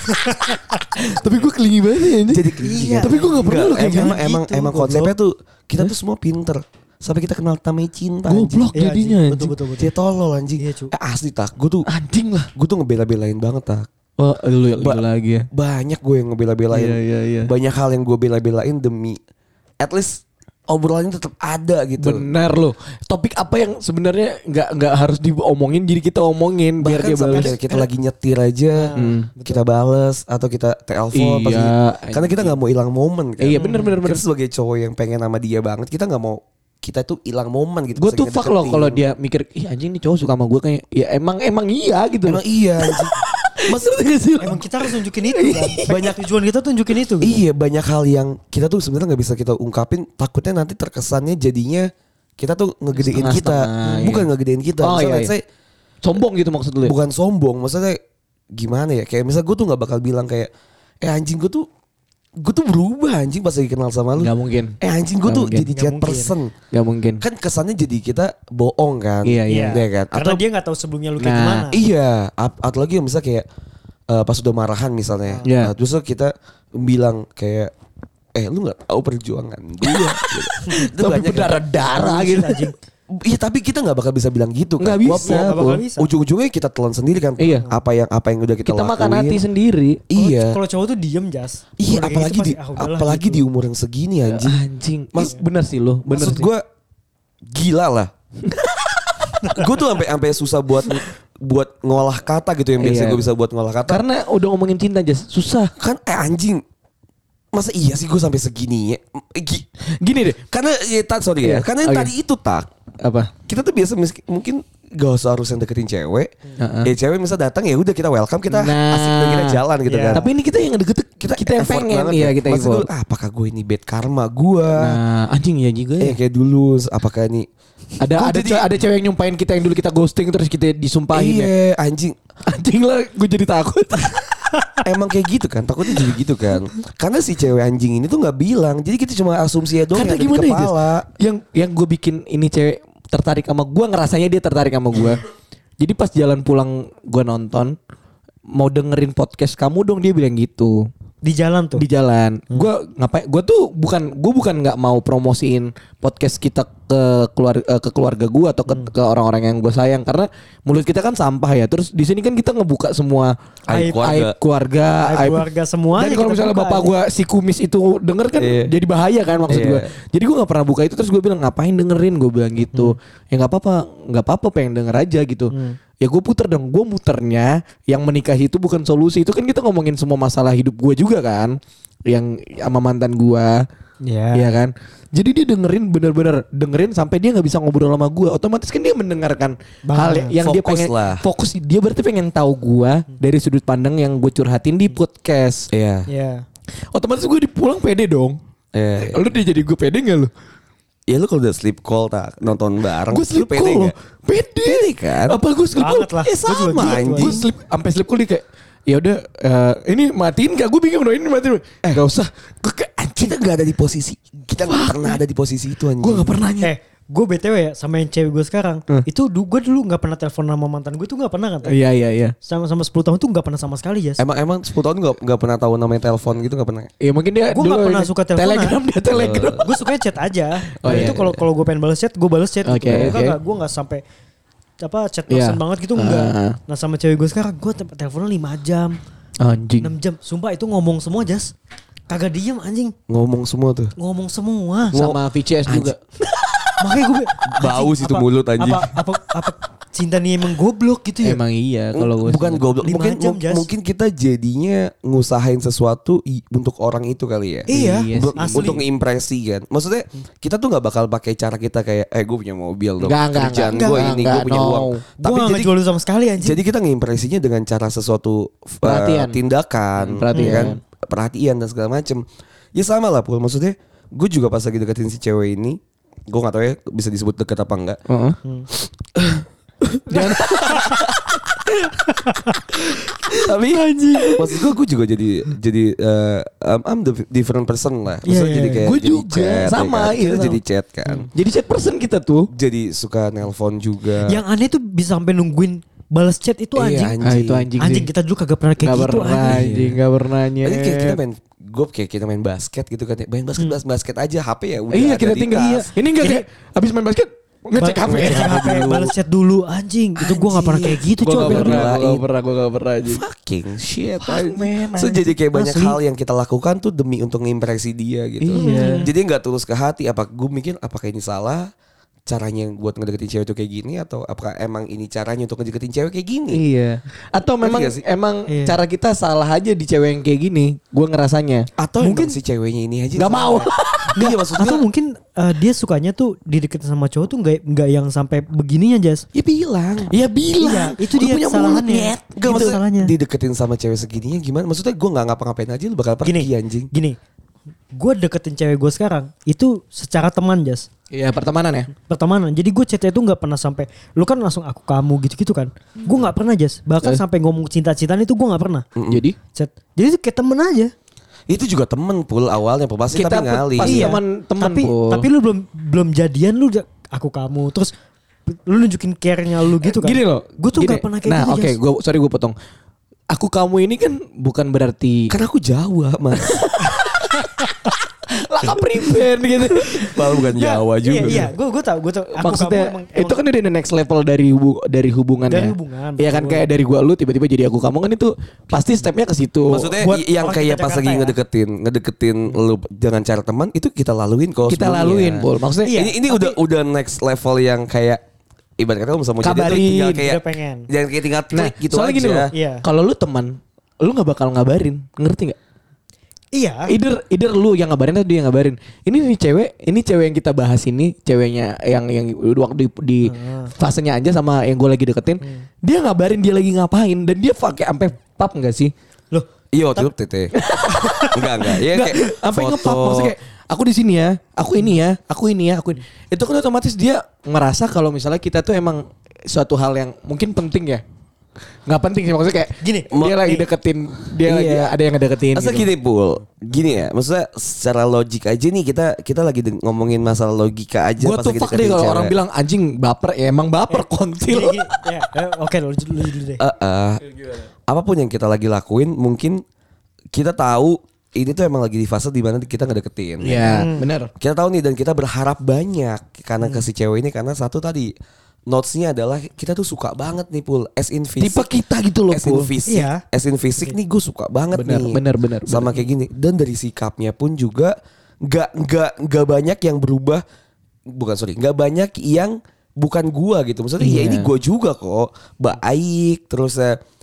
Tapi gue kelingi banget ya ini. Jadi iya. Tapi gue gak pernah Enggak, loh kayak emang, gitu. emang, gitu, emang goblok. konsepnya tuh kita tuh semua pinter. Sampai kita kenal namanya cinta. Goblok Iya, jadinya anjing. anjing. Betul betul betul. Dia tolol anjing. Iya, cu. Eh, asli tak. Gue tuh Anjing lah. gue tuh ngebela-belain banget tak. Oh lu, lu Ba- lagi ya. Banyak gue yang ngebela-belain. Iya, iya, iya. Banyak hal yang gue bela-belain demi at least obrolannya tetap ada gitu. Benar loh. Topik apa yang sebenarnya nggak nggak harus diomongin jadi kita omongin biar Bahkan dia sampai balas. kayak kita lagi nyetir aja kita bales atau kita telepon Iya, pasti. Karena kita nggak mau hilang momen kan. Iya, bener, bener, bener. Kita sebagai cowok yang pengen sama dia banget kita nggak mau kita tuh hilang momen gitu. Gue pas tuh lagi fuck loh ngedeketin. kalau dia mikir ih anjing nih cowok suka sama gue kayak ya emang emang iya gitu. Emang iya anjing. Maksudnya gak sih? Emang kita harus nunjukin itu kan. Banyak tujuan kita tuh nunjukin itu. Gitu. Iya banyak hal yang kita tuh sebenarnya nggak bisa kita ungkapin. Takutnya nanti terkesannya jadinya kita tuh ngegedein kita, Setengah-setengah, bukan iya. ngegedein kita. Oh, Misalnya iya, iya. saya Sombong gitu maksud lu ya? bukan sombong, maksudnya gimana ya? Kayak misal gue tuh nggak bakal bilang kayak, eh anjing gue tuh, gue tuh berubah anjing pas lagi kenal sama lu. Gak mungkin. Eh anjing gue Nggak tuh mungkin. jadi Nggak chat mungkin. person. Gak mungkin. Kan kesannya jadi kita bohong kan? Iya, Iya Iya kan? Karena Atau dia nggak tahu sebelumnya lu kayak Nah, gimana. iya, ap- atau lagi misalnya kayak eh, pas udah marahan misalnya, Iya. nah, terus kita bilang kayak, eh lu nggak tahu perjuangan gue. gitu. Itu Tapi banyak yang- berdarah-darah gitu. Anjing. Iya tapi kita nggak bakal bisa bilang gitu kan. Nggak bisa, Walaupun- nggak bakal bisa. Ujung-ujungnya kita telan sendiri kan. Iya. Apa yang apa yang udah kita, Kita makan lakuin. hati sendiri. Iya. Kalau cowok tuh diem jas. Iya Udah kayak apalagi gitu di pasti, ah, udahlah apalagi gitu. di umur yang segini anjing. Anjing. Mas- Mas bener sih lo. Bener Maksud sih. gue gila lah. Gue tuh sampai sampai susah buat buat ngolah kata gitu yang biasa Iya. gue bisa buat ngolah kata. Karena udah ngomongin cinta aja susah. Kan eh anjing. Masa iya sih gue sampai segini ya? Gi- Gini deh. Karena ya tak sorry ya. Iya, Karena yang oke. tadi itu tak. Apa? Kita tuh biasa mis- mungkin gak usah harus yang deketin cewek. Heeh. Ya cewek misal datang ya udah kita welcome kita Nah. asik dan kita jalan gitu Iya. kan. Tapi ini kita yang deket kita, kita yang effort pengen banget iya ya. kita Maksud effort. gue, ah, apakah gue ini bad karma gue? Nah, anjing ya juga Eh ya. kayak dulu apakah ini Ada Gua ada jadi- cewek, ada cewek yang nyumpahin kita yang dulu kita ghosting terus kita disumpahin ya. iya anjing. Anjing lah, gue jadi takut. Emang kayak gitu kan, takutnya jadi gitu kan. Karena si cewek anjing ini tuh nggak bilang, jadi kita cuma asumsi ya doang Karena yang ada di gimana ya, Des? kepala. Yang yang gue bikin ini cewek tertarik sama gue, ngerasanya dia tertarik sama gue. Jadi pas jalan pulang gue nonton, mau dengerin podcast kamu dong, dia bilang gitu. Di jalan tuh. Di jalan. Gue ngapain? Gue tuh bukan gue bukan nggak mau promosiin podcast kita ke keluarga ke keluarga gue atau ke, ke orang-orang yang gue sayang karena mulut kita kan sampah ya. Terus di sini kan kita ngebuka semua Aib keluarga. aib keluarga, Aib keluarga semuanya Dan kalau kita misalnya buka bapak aja. gue si kumis itu denger kan Iya. jadi bahaya kan maksud Iya. gue. Jadi gue nggak pernah buka itu terus gue bilang ngapain dengerin gue bilang gitu. Ya nggak apa-apa nggak apa-apa pengen denger aja gitu. Ya gue puter dong, gue muternya yang menikahi itu bukan solusi. Itu kan kita ngomongin semua masalah hidup gue juga kan. Yang sama mantan gue. Iya. Iya kan. Jadi dia dengerin bener-bener dengerin sampai dia nggak bisa ngobrol sama gue. Otomatis kan dia mendengarkan hal yang dia Fokus pengen lah. fokus. Dia berarti pengen tahu gue dari sudut pandang yang gue curhatin di podcast. Iya. Iya. Otomatis gue dipulang pede dong. Iya. Lu dia jadi gue pede gak lu? Ya lu kalau udah sleep call tak nonton bareng. Gue sleep lu pede call loh. nggak? Pede. Pede kan? Apa gue sleep call? Banget lah. Eh Gua juga sama gitu, anjing. anjing. Gue sleep sampai sleep call dia kayak ya udah eh, ini matiin gak? Gue bingung dong ini matiin. Eh gak usah. Gue kayak anjing. Kita nggak ada di posisi. Kita nggak pernah ada di posisi itu anjing. Gue gak pernah nanya. Eh, gue B T W ya sama yang cewek gue sekarang. Hmm. Itu du, gue dulu gak pernah telepon sama mantan gue tuh gak pernah kan. Iya iya iya. Sama sama sepuluh tahun tuh gak pernah sama sekali ya. Emang emang sepuluh tahun nggak nggak pernah tahu namanya telepon gitu nggak pernah. Iya mungkin dia Gue dulu gak pernah ini- suka teleponan. Telegram dia telegram. Gue sukanya chat aja. Oh, Nah, iya, itu kalau iya. kalau gue pengen balas chat, gue balas chat Oke, gitu. oke. Gue gak gue gak sampai apa chat Iya. person banget gitu enggak. Ah. Nah sama cewek gue sekarang gue te- teleponan lima jam, Anjing. enam jam. Sumpah itu ngomong semua Jas. Kagak diem anjing. Ngomong semua tuh. Ngomong semua. Sama V C S juga. Makanya gue Bau sih tuh mulut, anjing. Apa, apa, apa cinta nih emang goblok gitu ya. Emang iya kalau gue Bukan goblok. Lima Mungkin jam, mu- Jas. mungkin kita jadinya ngusahain sesuatu i- untuk orang itu kali ya. Iya, Iya Untuk- sih. asli. untuk ngimpresi kan. Maksudnya kita tuh nggak bakal pakai cara kita kayak eh gue punya mobil dong. Enggak, enggak, Kerjaan enggak, gue enggak, ini gue enggak, punya no. uang. Gue Tapi gak jadi ngejual lu sama sekali anjing. jadi kita ngimpresinya dengan cara sesuatu uh, Perhatian. tindakan, Hmm, perhatian. ya kan? Perhatian dan segala macem. Ya sama lah Pul. Maksudnya gue juga pas lagi deketin si cewek ini, gue nggak tahu ya bisa disebut deket apa enggak. Heeh. Tapi maksud gue gue juga jadi jadi uh, um, I'm the different person lah. Maksudnya Iya, iya, jadi iya. kayak Gua jadi juga, chat, sama, ya kan? iya, Kita sama. jadi chat kan. Jadi chat person kita tuh. Jadi suka nelpon juga. Yang aneh tuh bisa sampai nungguin balas chat itu Iya, anjing. Ah itu anjing. Anjing sih. kita dulu kagak pernah kayak Gak gitu pernah anjing. anjing, gak pernah Ini kayak kita nyet. main gue kayak kita main basket gitu kan. Main basket Hmm. bas basket aja H P ya udah Iya ada kita di tinggal iya. tas. Ini enggak Ini- kayak abis main basket ngecek H P. Ngecek H P, balas chat dulu anjing. Itu gue gak pernah kayak gitu Gue coba. gak pernah, gue Belain. gak pernah, gue gak pernah anjing. Fucking shit. Fuck, anjing. man, So jadi kayak banyak Asli. hal yang kita lakukan tuh demi untuk ngimpresi dia gitu. Iya. Jadi nggak tulus ke hati. Apa gue mikir apakah ini salah? Caranya buat ngedeketin cewek itu kayak gini atau apakah emang ini caranya untuk ngedeketin cewek kayak gini? Iya. Atau Ngerti memang gak sih? emang Iya. cara kita salah aja di cewek yang kayak gini. Gue ngerasanya. Atau Mungkin- mungkin si ceweknya ini aja Gak mau. Iya maksudnya Atau mungkin eh, dia sukanya tuh dideketin sama cowok tuh nggak nggak yang sampai begininya Jas. ya bilang. Ya bilang. Iya, itu Lu dia punya kesalahannya. mulut, Nyet. Gak Itu maksudnya salahnya. dideketin sama cewek segininya gimana? Maksudnya gue nggak ngapa-ngapain aja lu bakal pergi Gini, anjing. gini. Gue deketin cewek gue sekarang itu secara teman Jas. Iya pertemanan ya. Pertemanan. Jadi gue chatnya itu nggak pernah sampai lu kan langsung aku kamu gitu-gitu kan. Gue nggak pernah Jas. Bahkan Eh. sampai ngomong cinta-cintaan itu gue nggak pernah. Jadi Chat. Jadi itu kayak temen aja. Itu juga temen Pul awalnya pasti Kita tapi ngalih. pasti Iya. teman teman tapi Pul. tapi lu belum belum jadian lu udah aku kamu terus lu nunjukin care-nya lu gitu kan. Gini loh. Gue tuh gini. nggak pernah kayak nah, gitu. oke, Jas. gue sorry gue potong. Aku kamu ini kan bukan berarti Kan aku Jawa mas. laka pribadi gitu. Padahal bukan Jawa juga. Iya, iya, gue gue tau, gue tau. Aku Maksudnya kamu emang, itu kan udah the next level dari hubu- dari hubungan Dari ya. hubungan, Iya kan betul. kayak dari gua lu tiba-tiba jadi aku kamu kan itu pasti stepnya ke situ. Maksudnya Buat i- yang orang kayak kita pas Jakarta lagi ya. ngedeketin, ngedeketin lu dengan cara teman itu kita laluin kok. kita sebelumnya. laluin, Pul. Maksudnya Iya. ini ini udah udah next level yang kayak ibarat kata lu sama jadi tuh Kabarin, tinggal kayak udah pengen. jangan kayak tinggal nah, klik gitu soalnya aja. gini loh. Iya. Kalau lu teman, lu nggak bakal ngabarin, ngerti nggak? Iya. Either either lu yang ngabarin atau dia yang ngabarin. Ini nih cewek, ini cewek yang kita bahas ini, ceweknya yang yang waktu di, di fasenya aja sama yang gue lagi deketin, dia ngabarin dia lagi ngapain dan dia pakai sampai pap enggak sih? Loh, Iya waktu itu tete. enggak enggak. Ya Enggak, kayak sampai foto. ngepap maksudnya kayak aku di sini ya, aku ini ya, aku ini ya, aku ini. Itu kan otomatis dia merasa kalau misalnya kita tuh emang suatu hal yang mungkin penting ya. Nggak penting sih maksudnya kayak Gini, dia lagi nih. deketin, dia Iya. lagi ada yang ngedeketin. Masa gitu. gini Pul, gini ya, maksudnya secara logik aja nih kita kita lagi de- ngomongin masalah logika aja. Gue pas tuh lagi fuck deketin deh kalau cewek. orang bilang anjing baper ya emang baper kontil. Gini, gini. Ya, eh, oke lu, lu dulu deh. Eh, eh, apapun yang kita lagi lakuin mungkin kita tahu ini tuh emang lagi di fase di mana kita ngedeketin. Iya, benar. Kita tahu nih dan kita berharap banyak karena ke si cewek ini karena satu tadi notesnya adalah kita tuh suka banget nih Pul as in fisik. Tipe kita gitu loh, As in Pul. fisik. Iya. As in fisik nih gue suka banget Bener, nih. bener, bener, Sama kayak gini dan dari sikapnya pun juga nggak nggak nggak banyak yang berubah. Bukan sorry, nggak banyak yang bukan gua gitu. Maksudnya ya Iya. ini gua juga kok. Baik terus eh,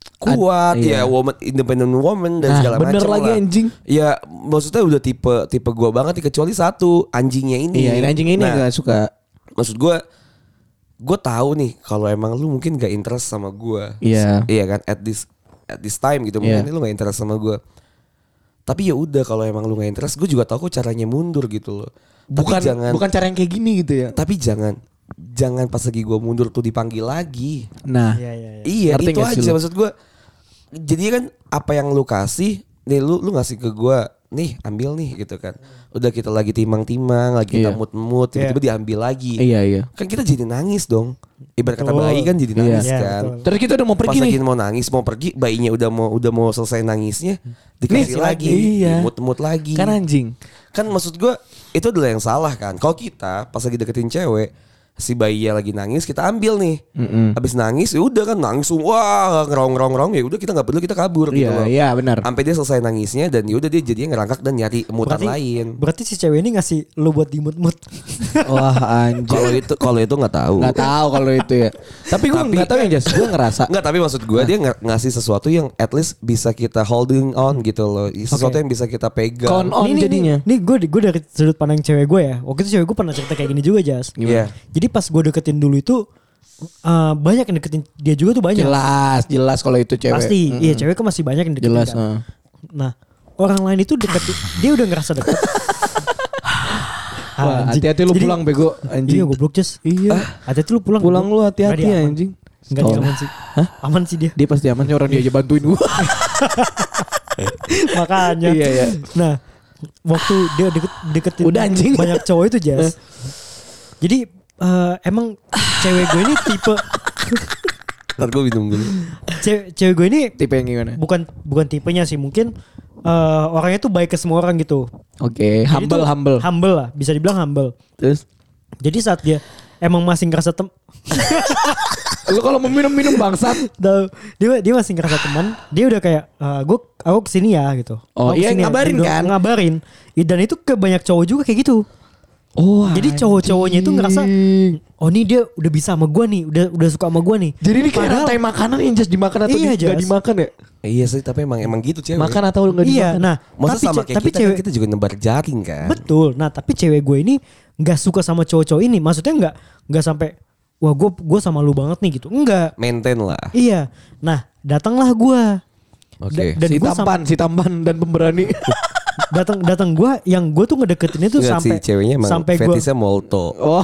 kuat, Ad- iya. ya woman independent woman dan Nah, segala macam. bener lagi, lah. anjing. Ya maksudnya udah tipe tipe gue banget nih, kecuali satu anjingnya ini. Iya, ini anjing ini Nah, gak suka. maksud gue, gue tahu nih kalau emang lu mungkin gak interest sama gue. Iya. Iya kan, at this at this time gitu Iya. mungkin lu gak interest sama gue. Tapi ya udah kalau emang lu gak interest, gue juga tahu kok caranya mundur gitu loh. Bukan tapi jangan, bukan cara yang kayak gini gitu ya. tapi jangan jangan pas lagi gue mundur tuh dipanggil lagi. Nah, Iya iya iya. Iya Ngerti itu gak sih aja lu? maksud gue. Jadi kan apa yang lu kasih, nih lu lu ngasih ke gue, nih ambil nih gitu kan. Udah kita lagi timang-timang, lagi kita Iya. mood-mood, tiba-tiba diambil lagi. iya iya. Kan kita jadi nangis dong. Ibarat kata Betul. bayi kan jadi Iya. nangis Iya, kan. betul. Terus kita udah mau Pas pergi lagi nih. mau nangis, mau pergi, bayinya udah mau udah mau selesai nangisnya, dikasih Nih, lagi, iya. mood-mood lagi. Kan anjing. Kan maksud gue itu adalah yang salah kan. Kalau kita pas lagi deketin cewek, si bayinya lagi nangis, kita ambil nih. Mm-mm. Habis nangis ya udah kan nangis, wah ngerong-ngerong-ngerong, ya udah kita nggak perlu, kita kabur gitu Iya, loh. iya benar. Sampai dia selesai nangisnya dan ya udah dia jadinya ngerangkak dan nyari mutan Berarti, lain. berarti si cewek ini ngasih lu buat dimut-mut. Wah anjing. Kalau itu kalau itu nggak tahu. Nggak tahu kalau itu ya. Tapi gue Tapi- nggak tahu yang jelas. Gue ngerasa. Enggak, tapi maksud gue dia ng- ngasih sesuatu yang at least bisa kita holding on gitu loh. Sesuatu Oke. yang bisa kita pegang. Kon on Ini- jadinya. Nih gue gue dari sudut pandang cewek gue ya. Waktu itu cewek gue pernah cerita kayak gini juga, Jas. Iya. Jadi pas gue deketin dulu itu uh, banyak yang deketin dia juga tuh banyak. Jelas, jelas kalau itu cewek. Pasti, iya cewek kan masih banyak yang deketin. Jelas. kan. uh. Nah, orang lain itu deketin, dia udah ngerasa deket. Wah, Anjing. hati-hati lu Jadi- pulang bego anjing. Iya goblok Jas. Iya. Hati-hati lu pulang. Pulang lu goblok. hati-hati Nggak dia aman. anjing. Enggak dia Tolong. aman sih. Aman sih dia. Dia pasti aman sih, orang dia aja bantuin gua. Makanya. Iya, iya. Nah, waktu dia deket, deketin Udah, anjing. banyak cowok itu Jas. Jadi eh, emang cewek gue ini tipe Ntar gue minum dulu. cewek, cewek gue ini Tipe yang gimana? bukan bukan tipenya sih, mungkin eh, orangnya tuh baik ke semua orang gitu. Oke, Jadi humble tuh humble. Humble lah, bisa dibilang humble. Terus Jadi saat dia emang masih ngerasa tem lu kalau mau minum-minum bangsat. Tahu, dia dia masih ngerasa teman, dia udah kayak gue aku kesini ya gitu. Oh, Aku iya, kesini ya. ngabarin Dia udah kan? Ngabarin. Dan itu ke banyak cowok juga kayak gitu. Oh, Jadi cowok-cowoknya itu ngerasa, oh nih dia udah bisa sama gue nih, udah udah suka sama gue nih. Jadi ini kayak Padahal- rantai makanan yang just dimakan atau Iya, di- nggak Jas. dimakan ya? Iya sih, tapi emang emang gitu cewek. Makan atau nggak Iya, dimakan? nah Masa tapi sama ce- kayak tapi kita cewek kan kita juga nebar jaring kan. betul. Nah tapi cewek gue ini nggak suka sama cowok-cowok ini, maksudnya nggak nggak sampai wah gue gue sama lu banget nih gitu, enggak. Maintain lah. Iya, nah datanglah gue. Oke. Dan Si gua sam- tampan, si tampan dan pemberani. datang datang gue, yang gue tuh ngedeketinnya tuh Enggak, sampai si ceweknya emang sampai gue fetisnya molto. Oh,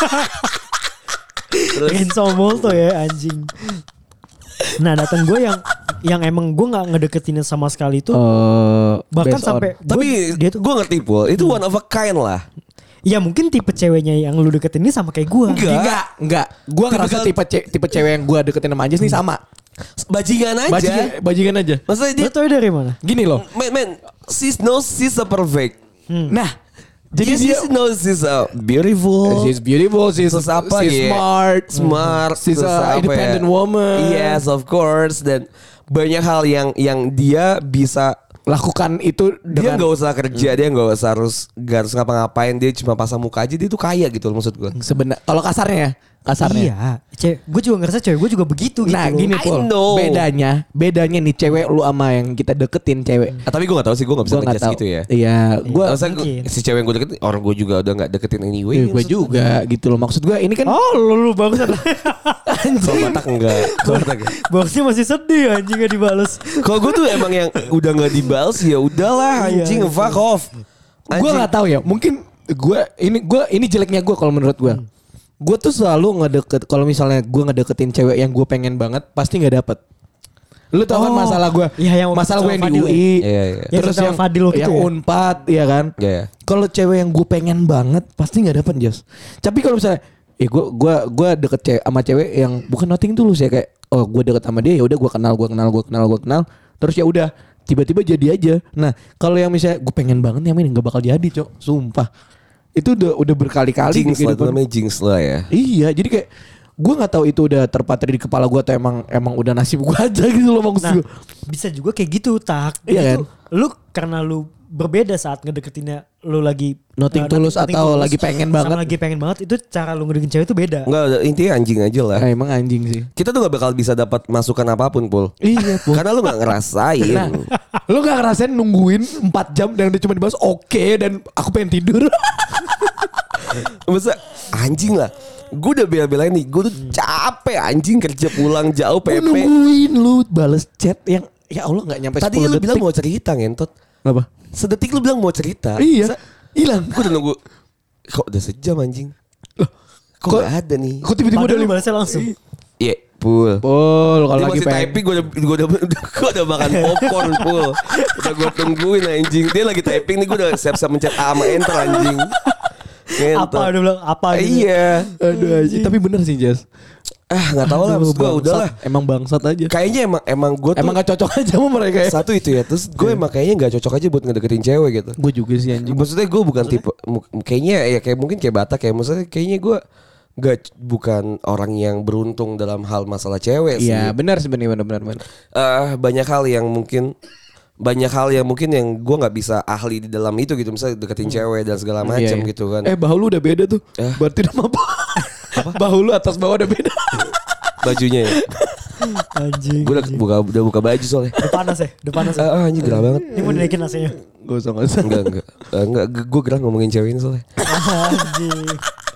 Renzo Molto ya anjing. Nah datang gue yang yang emang gue nggak ngedeketinnya sama sekali itu, Eh, bahkan based on- sampai Tapi gua- dia tuh gue ngerti Pul, itu one of a kind lah. ya mungkin tipe ceweknya yang lu deketin ini sama kayak gue. Enggak. enggak, enggak. Gua ngerasa Tipikal- tipe ce- tipe cewek yang gua deketin sama Anjas nih sama. Bajingan aja. Bajingan, bajingan aja. Maksudnya dia Lu tau dari mana? Gini loh. man, man, she's no she's a perfect. Nah, Jadi jadi dia she's no she's a beautiful. she's beautiful, she's, Terus apa she's ya? smart, smart, she's terus a apa independent ya? woman. Yes, of course. Dan banyak hal yang yang dia bisa, Lakukan itu dia dengan nggak usah kerja, dia nggak usah harus nggak harus ngapa-ngapain, dia cuma pasang muka aja, dia tuh kaya gitu loh maksud gue. sebenarnya kalau kasarnya ya, kasarnya. Iya, cewek, gue juga ngerasa cewek gue juga begitu Nah gitu. gini I Pul, know. bedanya, bedanya nih cewek lu sama yang kita deketin cewek. Ah, tapi gue nggak tahu sih, gue nggak bisa Gua nggak ngejudge tahu. gitu ya. Iya, gue Maksudnya gua- mungkin. si cewek yang gue deketin, orang gue juga udah nggak deketin anyway. gue juga gitu loh. Maksud gue ini kan Oh lu lu bagus. Kalau Batak enggak. Kalau Batak enggak. Boxnya masih sedih anjing gak dibales. Kalau gue tuh emang yang udah nggak dibales ya udahlah anjing, Iya, fuck off. gue Anjing. nggak tahu ya. Mungkin gue ini gue ini jeleknya gue kalau menurut gue. Gue tuh selalu ngedeket kalau misalnya gue ngedeketin cewek yang gue pengen banget pasti nggak dapet. Lu tau kan Oh, masalah gue? iya, yang waktu masalah sama gue yang di Fadil U ya? I. Iya, iya. Yang Terus sama yang Fadil waktu yang itu ya? Unpad, ya kan? Iya, iya. Kalau cewek yang gue pengen banget pasti nggak dapet Jos. Tapi kalau misalnya, eh gue gue gue deket cewek sama cewek yang bukan nothing tulus ya kayak, oh gue deket sama dia ya udah gue kenal gue kenal gue kenal gue kenal. Terus ya udah tiba-tiba jadi aja. Nah kalau yang misalnya gue pengen banget yang ini nggak bakal jadi cok, sumpah. Itu udah udah berkali-kali Jinx di lah, itu kehidupan. namanya jinx lah ya. Iya, jadi kayak gue nggak tahu itu udah terpatri di kepala gue atau emang emang udah nasib gue aja gitu loh maksud Nah, gue. bisa juga kayak gitu tak. Iya Jadi kan? tuh, lu karena lu berbeda saat ngedeketinnya lu lagi Nothing uh, tulus nothing atau tulus, lagi pengen sama banget. lagi pengen banget itu cara lu ngedeketin cewek itu beda. Enggak, intinya anjing aja lah. Nah, emang anjing sih. Kita tuh gak bakal bisa dapat masukan apapun, Pul. Iya, Pul. Karena lu gak ngerasain. Nah, lu gak ngerasain nungguin empat jam dan dia cuma dibahas oke dan aku pengen tidur. Masa anjing lah. Gue udah bela-belain nih. Gue tuh capek anjing kerja pulang jauh Gue P P. nungguin lu bales chat yang ya Allah gak nyampe Tadi sepuluh lu detik. bilang mau cerita ngentot. Apa? Sedetik lu bilang mau cerita. Iya. Hilang. Gue udah nunggu. Kok udah sejam anjing? Loh, kok, kok- gak ada nih? Kok tiba-tiba Padahal udah lu lima balasnya langsung. Iya, Pul. Pul kalau Dia lagi masih pengen. typing gue udah gue udah gue udah makan popcorn Pul. Udah gue tungguin anjing. Dia lagi typing nih gue udah siap-siap mencet A sama enter anjing. Ngentot. Apa udah bilang apa gitu. Iya. Aduh anjing. Tapi bener sih Jas. Ah nggak tahu lah, maksud gue Bangsat. udahlah. Emang bangsat aja. Kayaknya emang emang gue tuh Emang gak cocok aja sama mereka ya. satu itu ya. Terus gue emang kayaknya nggak cocok aja buat ngedeketin cewek gitu. Gue juga sih anjing. Maksudnya gue bukan tipe mu- kayaknya ya kayak mungkin kayak Batak ya. Maksudnya kayaknya gue gak bukan orang yang beruntung dalam hal masalah cewek sih. Iya benar sih benar benar benar. Eh, banyak hal yang mungkin banyak hal yang mungkin yang gue nggak bisa ahli di dalam itu gitu, misalnya deketin cewek dan segala macam Iya, iya. gitu kan. Eh bahu lu udah beda tuh. Eh. Berarti nama apa? Bahu lu atas bawah udah beda. Bajunya ya. Anjing. Gue udah buka udah buka baju soalnya. Udah panas ya, udah panas ya. Ah, anjing gerah banget. Ini mau dinaikin nasinya. Gak usah gak usah. Enggak enggak. Eh, enggak gue gerah ngomongin cewek ini soalnya. Anjing.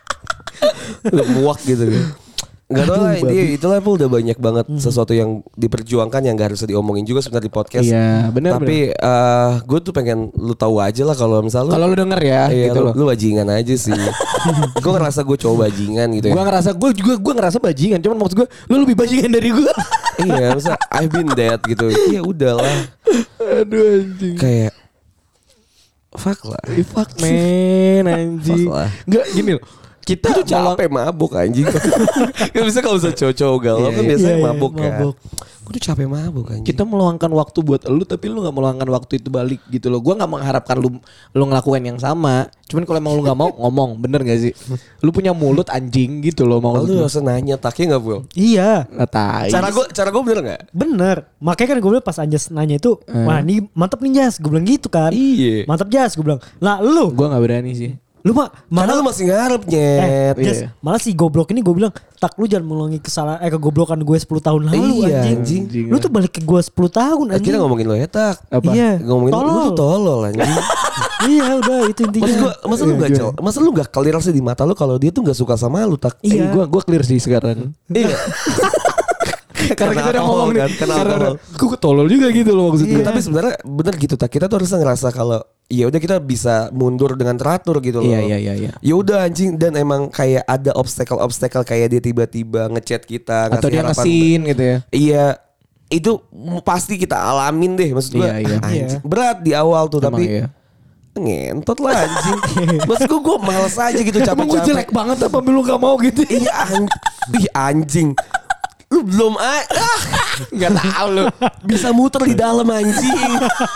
Udah muak gitu kan. Enggak tahu lah, intinya itulah Pul, udah banyak banget sesuatu yang diperjuangkan yang gak harus diomongin juga sebenarnya di podcast. Iya benar. Tapi eh gue tuh pengen lu tahu aja lah kalau misalnya Kalau lu denger ya iya, gitu lu, loh. lu bajingan aja sih. Gue ngerasa gue cowok bajingan gitu ya. Gue ngerasa gue juga gue ngerasa bajingan. Cuman maksud gue lu lebih bajingan dari gue. Iya, masa I've been that gitu. Iya udahlah. Aduh anjing. Kayak fuck lah. Eh, fuck man anjing. Fuck lah. Enggak gini loh. Kita Itu capek mabuk anjing. Gak bisa kalau bisa cowok-cowok galau kan Iya, biasanya iya, mabuk kan. mabuk. Gue tuh capek mabuk anjing. kita meluangkan waktu buat lu tapi lu nggak meluangkan waktu itu balik gitu loh. Gue nggak mengharapkan lu lu ngelakuin yang sama. Cuman kalau emang lu nggak mau ngomong, bener gak sih? Lu punya mulut anjing gitu loh mau Lu lu. harus nanya taknya gak Bul? Iya. Nggak tai. Cara gue cara gue bener gak? Bener. Makanya kan gue bilang pas Anjas nanya itu, wah ini mantep nih Jas. Gue bilang gitu kan. Iya. Mantep Jas. Gue bilang. Lah lu. Gue nggak berani sih. Lu mah Karena mana lu masih ngarep Eh, nyet. Iya. Jas, malah si goblok ini gue bilang, tak lu jangan mengulangi kesalahan eh kegoblokan gue sepuluh tahun lalu Iya, anjing. anjing. Anjing. Lu tuh balik ke gue sepuluh tahun anjing. Kita ngomongin lo ya tak. Apa? Iya. Ngomongin lu, lu tuh Tolol. tolol anjing. Iya udah itu intinya. Maksud gua, masa lu gak cel, masa lu gak clear sih di mata lu kalau dia tuh gak suka sama lu tak? Iya. Iya. Gue gue clear sih sekarang. Iya. Karena kita udah ngomong nih. kan, karena Karena alkohol. gue tolol juga gitu loh maksud gue. Iya. Tapi sebenarnya bener gitu tak. Kita tuh harusnya ngerasa kalau ya udah kita bisa mundur dengan teratur gitu loh. Iya iya iya iya. Ya udah anjing, dan emang kayak ada obstacle-obstacle kayak dia tiba-tiba ngechat kita Atau ngasih dia harapan. ngesin gitu ya. Iya. Itu pasti kita alamin deh maksud gue. Iya, iya. Anjing. Berat di awal tuh Emang tapi iya. ngentot lah anjing. Maksud gue gue males aja gitu capek-capek. Emang gue jelek banget apa lu gak mau gitu? Iya anjing. Ih anjing. Lu belum ah, ah. Gak tahu lu. Bisa muter di dalam anjing.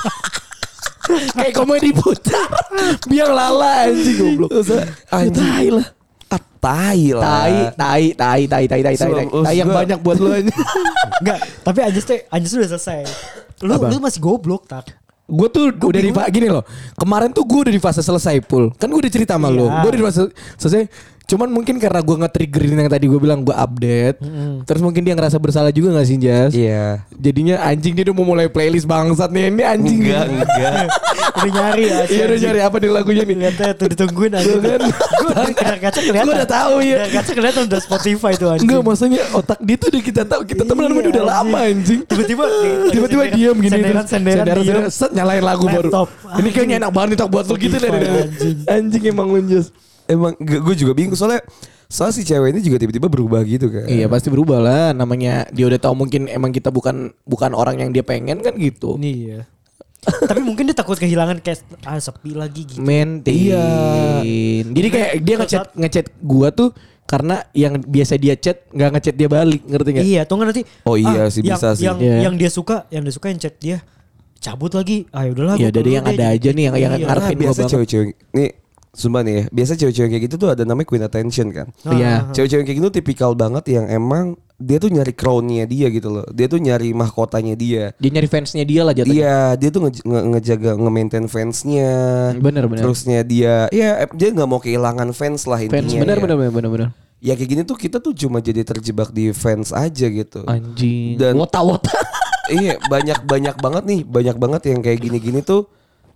Kayak komedi putar. Biang lala anjing goblok. Anjing. Tai lah. Ah, tai lah. Tai, tai, tai, tai, tai, tai, tai, tai. Maksud Tai yang gua- banyak buat lu aja. Enggak, tapi Anjas tuh Anjas tuh udah selesai. Lu Apa? lu masih goblok tak. Gue tuh udah di fa- gini loh. Kemarin tuh gue udah di fase selesai Pul. Kan gue udah cerita sama lu. Iya. Gue udah di fase selesai. Cuman mungkin karena gue nge-triggerin yang tadi gue bilang gue update. Terus mungkin dia ngerasa bersalah juga gak sih Jas? Iya. Jadinya anjing dia udah mau mulai playlist bangsat nih. Ini anjing. Enggak, enggak. Udah nyari ya. Iya udah nyari apa nih lagunya nih. Lihatnya tuh ditungguin aja. Kan? Gue dari kaca kelihatan. Gue udah tahu ya. Dari kaca kelihatan udah Spotify tuh anjing. Enggak maksudnya otak dia tuh udah kita tahu. Kita temenan Iya, udah lama anjing. Tiba-tiba Tiba-tiba diam gini senderan terus senderan senderan, diem. senderan, set nyalain lagu Laptop. baru. Ini kayaknya enak banget nih tak buat lu gitu deh. Spotify, deh. anjing. Anjing emang lu Jas. Emang gue juga bingung soalnya soalnya si cewek ini juga tiba-tiba berubah gitu kan. Iya pasti berubah lah. Namanya dia udah tahu mungkin emang kita bukan bukan orang yang dia pengen kan gitu. Iya. Tapi mungkin dia takut kehilangan kayak ah sepi lagi gitu. Maintain. Iya. Jadi kayak dia ngechat ngechat gua tuh karena yang biasa dia chat nggak ngechat dia balik, ngerti nggak? Iya, tuh kan nanti. Oh iya sih, yang, bisa sih. Yang Iya. yang dia suka, yang dia suka yang chat dia cabut lagi. Ah udahlah. Ya gua udah deh perlu yang deh. ada aja nih yang yang Iya. ngarepin Nah, gua biasa banget. cewek-cewek nih Sumpah nih ya, biasa cewek-cewek kayak gitu tuh ada namanya queen attention kan. Iya. Cewek-cewek kayak gitu tipikal banget yang emang dia tuh nyari crown-nya dia gitu loh. Dia tuh nyari mahkotanya dia. Dia nyari fansnya dia lah jatuhnya. Iya, dia tuh nge- nge- ngejaga nge-maintain fansnya. Bener bener. Terusnya dia, ya dia nggak mau kehilangan fans lah intinya. Fans bener ya. bener bener bener bener. Ya kayak gini tuh kita tuh cuma jadi terjebak di fans aja gitu. Anjing. Dan- wota wota. Iya, banyak banyak banget nih, banyak banget yang kayak gini-gini tuh.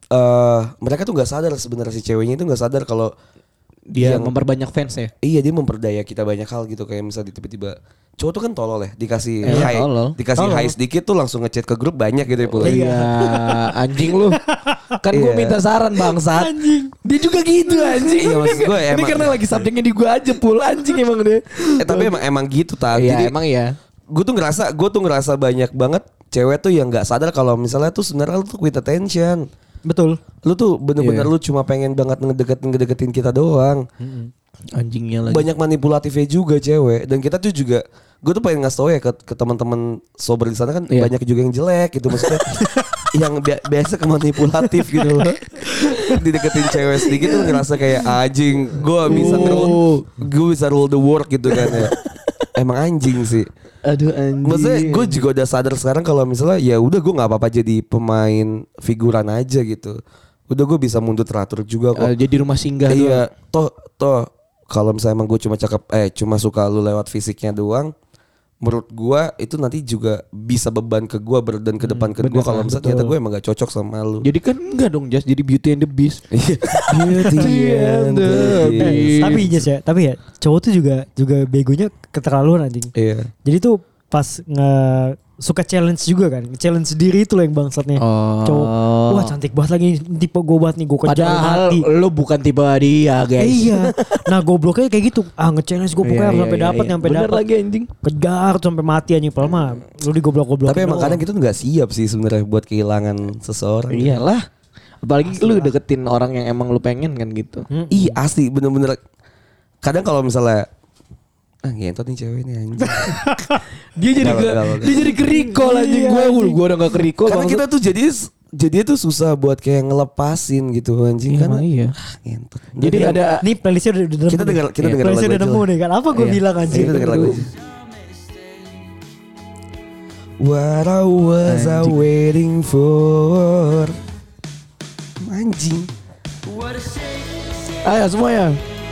eh mereka tuh nggak sadar sebenarnya si ceweknya itu nggak sadar kalau Dia yang- memperbanyak fans ya. iya dia memperdaya kita banyak hal gitu, kayak misalnya tiba-tiba cowok tuh kan tolol ya, dikasih Iya, high tolol. dikasih Tolol. high sedikit tuh langsung ngechat ke grup banyak gitu ya Pul. Iya, anjing lu. Kan gue Iya. minta saran bangsat. Anjing. Dia juga gitu anjing. Iya, maksud gue Ini emang- karena lagi subjeknya di gue aja pul anjing emang dia. Eh tapi emang emang gitu tak. Iya Jadi emang ya. gue tuh ngerasa gue tuh ngerasa banyak banget cewek tuh yang nggak sadar kalau misalnya tuh sebenarnya lu tuh quit attention. Betul. Lu tuh bener-bener Iya. lu cuma pengen banget ngedeketin ngedeketin kita doang. Anjingnya lagi. Banyak manipulatifnya juga cewek, dan kita tuh juga gue tuh pengen ngasih tau ya ke, ke teman-teman sober di sana kan Iya. banyak juga yang jelek gitu maksudnya. Yang bi- biasa ke manipulatif gitu loh. Dideketin cewek sedikit tuh ngerasa kayak anjing gue bisa rule gue bisa rule the world gitu kan ya. Emang anjing sih. Aduh anjing. Maksudnya gue juga udah sadar sekarang kalau misalnya ya udah gue nggak apa-apa jadi pemain figuran aja gitu. Udah gue bisa mundur teratur juga kok. Eh, jadi rumah singgah doang. Iya, toh toh kalau misalnya emang gue cuma cakep eh cuma suka lu lewat fisiknya doang, menurut gue itu nanti juga bisa beban ke gue dan ke depan ke gue bener, kalau misalnya betul. ternyata gue emang gak cocok sama lu. Jadi kan enggak dong Jas, jadi Beauty and the Beast. Iya. Beauty and the Beast. Beast. Tapi Jas ya, tapi ya cowok tuh juga juga begonya keterlaluan anjing. Iya. Jadi tuh pas nge suka challenge juga kan, challenge diri itu loh yang bangsatnya. Oh. Cowok, wah cantik banget lagi, tipe gue banget nih, gue kejar Padahal mati. lu bukan tipe dia guys. Eh, iya. Nah gobloknya kayak gitu. Ah nge-challenge gue pokoknya Iya, harus iya, sampai iya, dapat iya. nyampe Bener dapat. lagi anjing. Kejar tuh sampai mati anjing, padahal mah lu digoblok-goblok. Tapi emang kadang kita tuh nggak siap sih sebenarnya buat kehilangan seseorang. Iyalah. Apalagi lu deketin orang yang emang lu pengen kan gitu. Ih asli bener-bener. Kadang kalau misalnya ah ngentot nih cewek nih anjing. Dia jadi Gak, ke, gak, gak. dia jadi ke recall anjing. Gue gue udah gak ke recall. Karena kita tuh jadi jadi tuh susah buat kayak ngelepasin gitu anjing Iya, kan. emang iya. Ah, ngentot. Jadi ada Nih playlistnya udah udah nemu Kita nih. dengar- kita Iya, dengar playlistnya lagu udah aja nemu lah. nih kan. Apa gue Iya. bilang anjing? Kita denger lagu aja. What I was I Anjing. waiting for. Anjing. Ayo semuanya.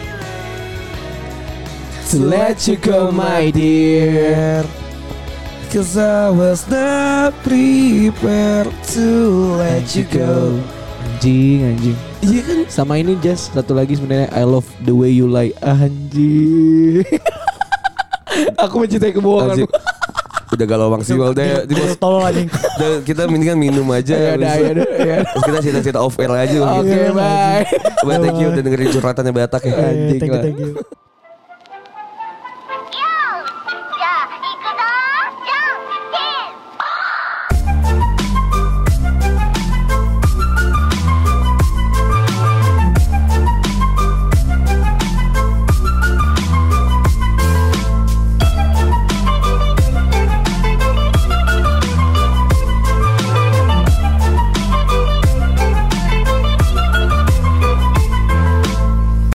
To let you go my dear. Cause I was not prepared to let you go. Anjing anjing. Iya kan? Sama ini Jess, satu lagi sebenarnya I love the way you lie. Anjing. Aku mencintai kebohongan. Anjing. Udah galau maksimal deh. Di bos- Tolol anjing. Udah, kita mendingan minum aja. Ya udah, ya udah, ya. Terus kita cerita-cerita off air aja. Oke, gitu. bye. Bye, thank you udah dengerin curhatannya Batak ya. Eh, Anjing Thank you, lah. thank you.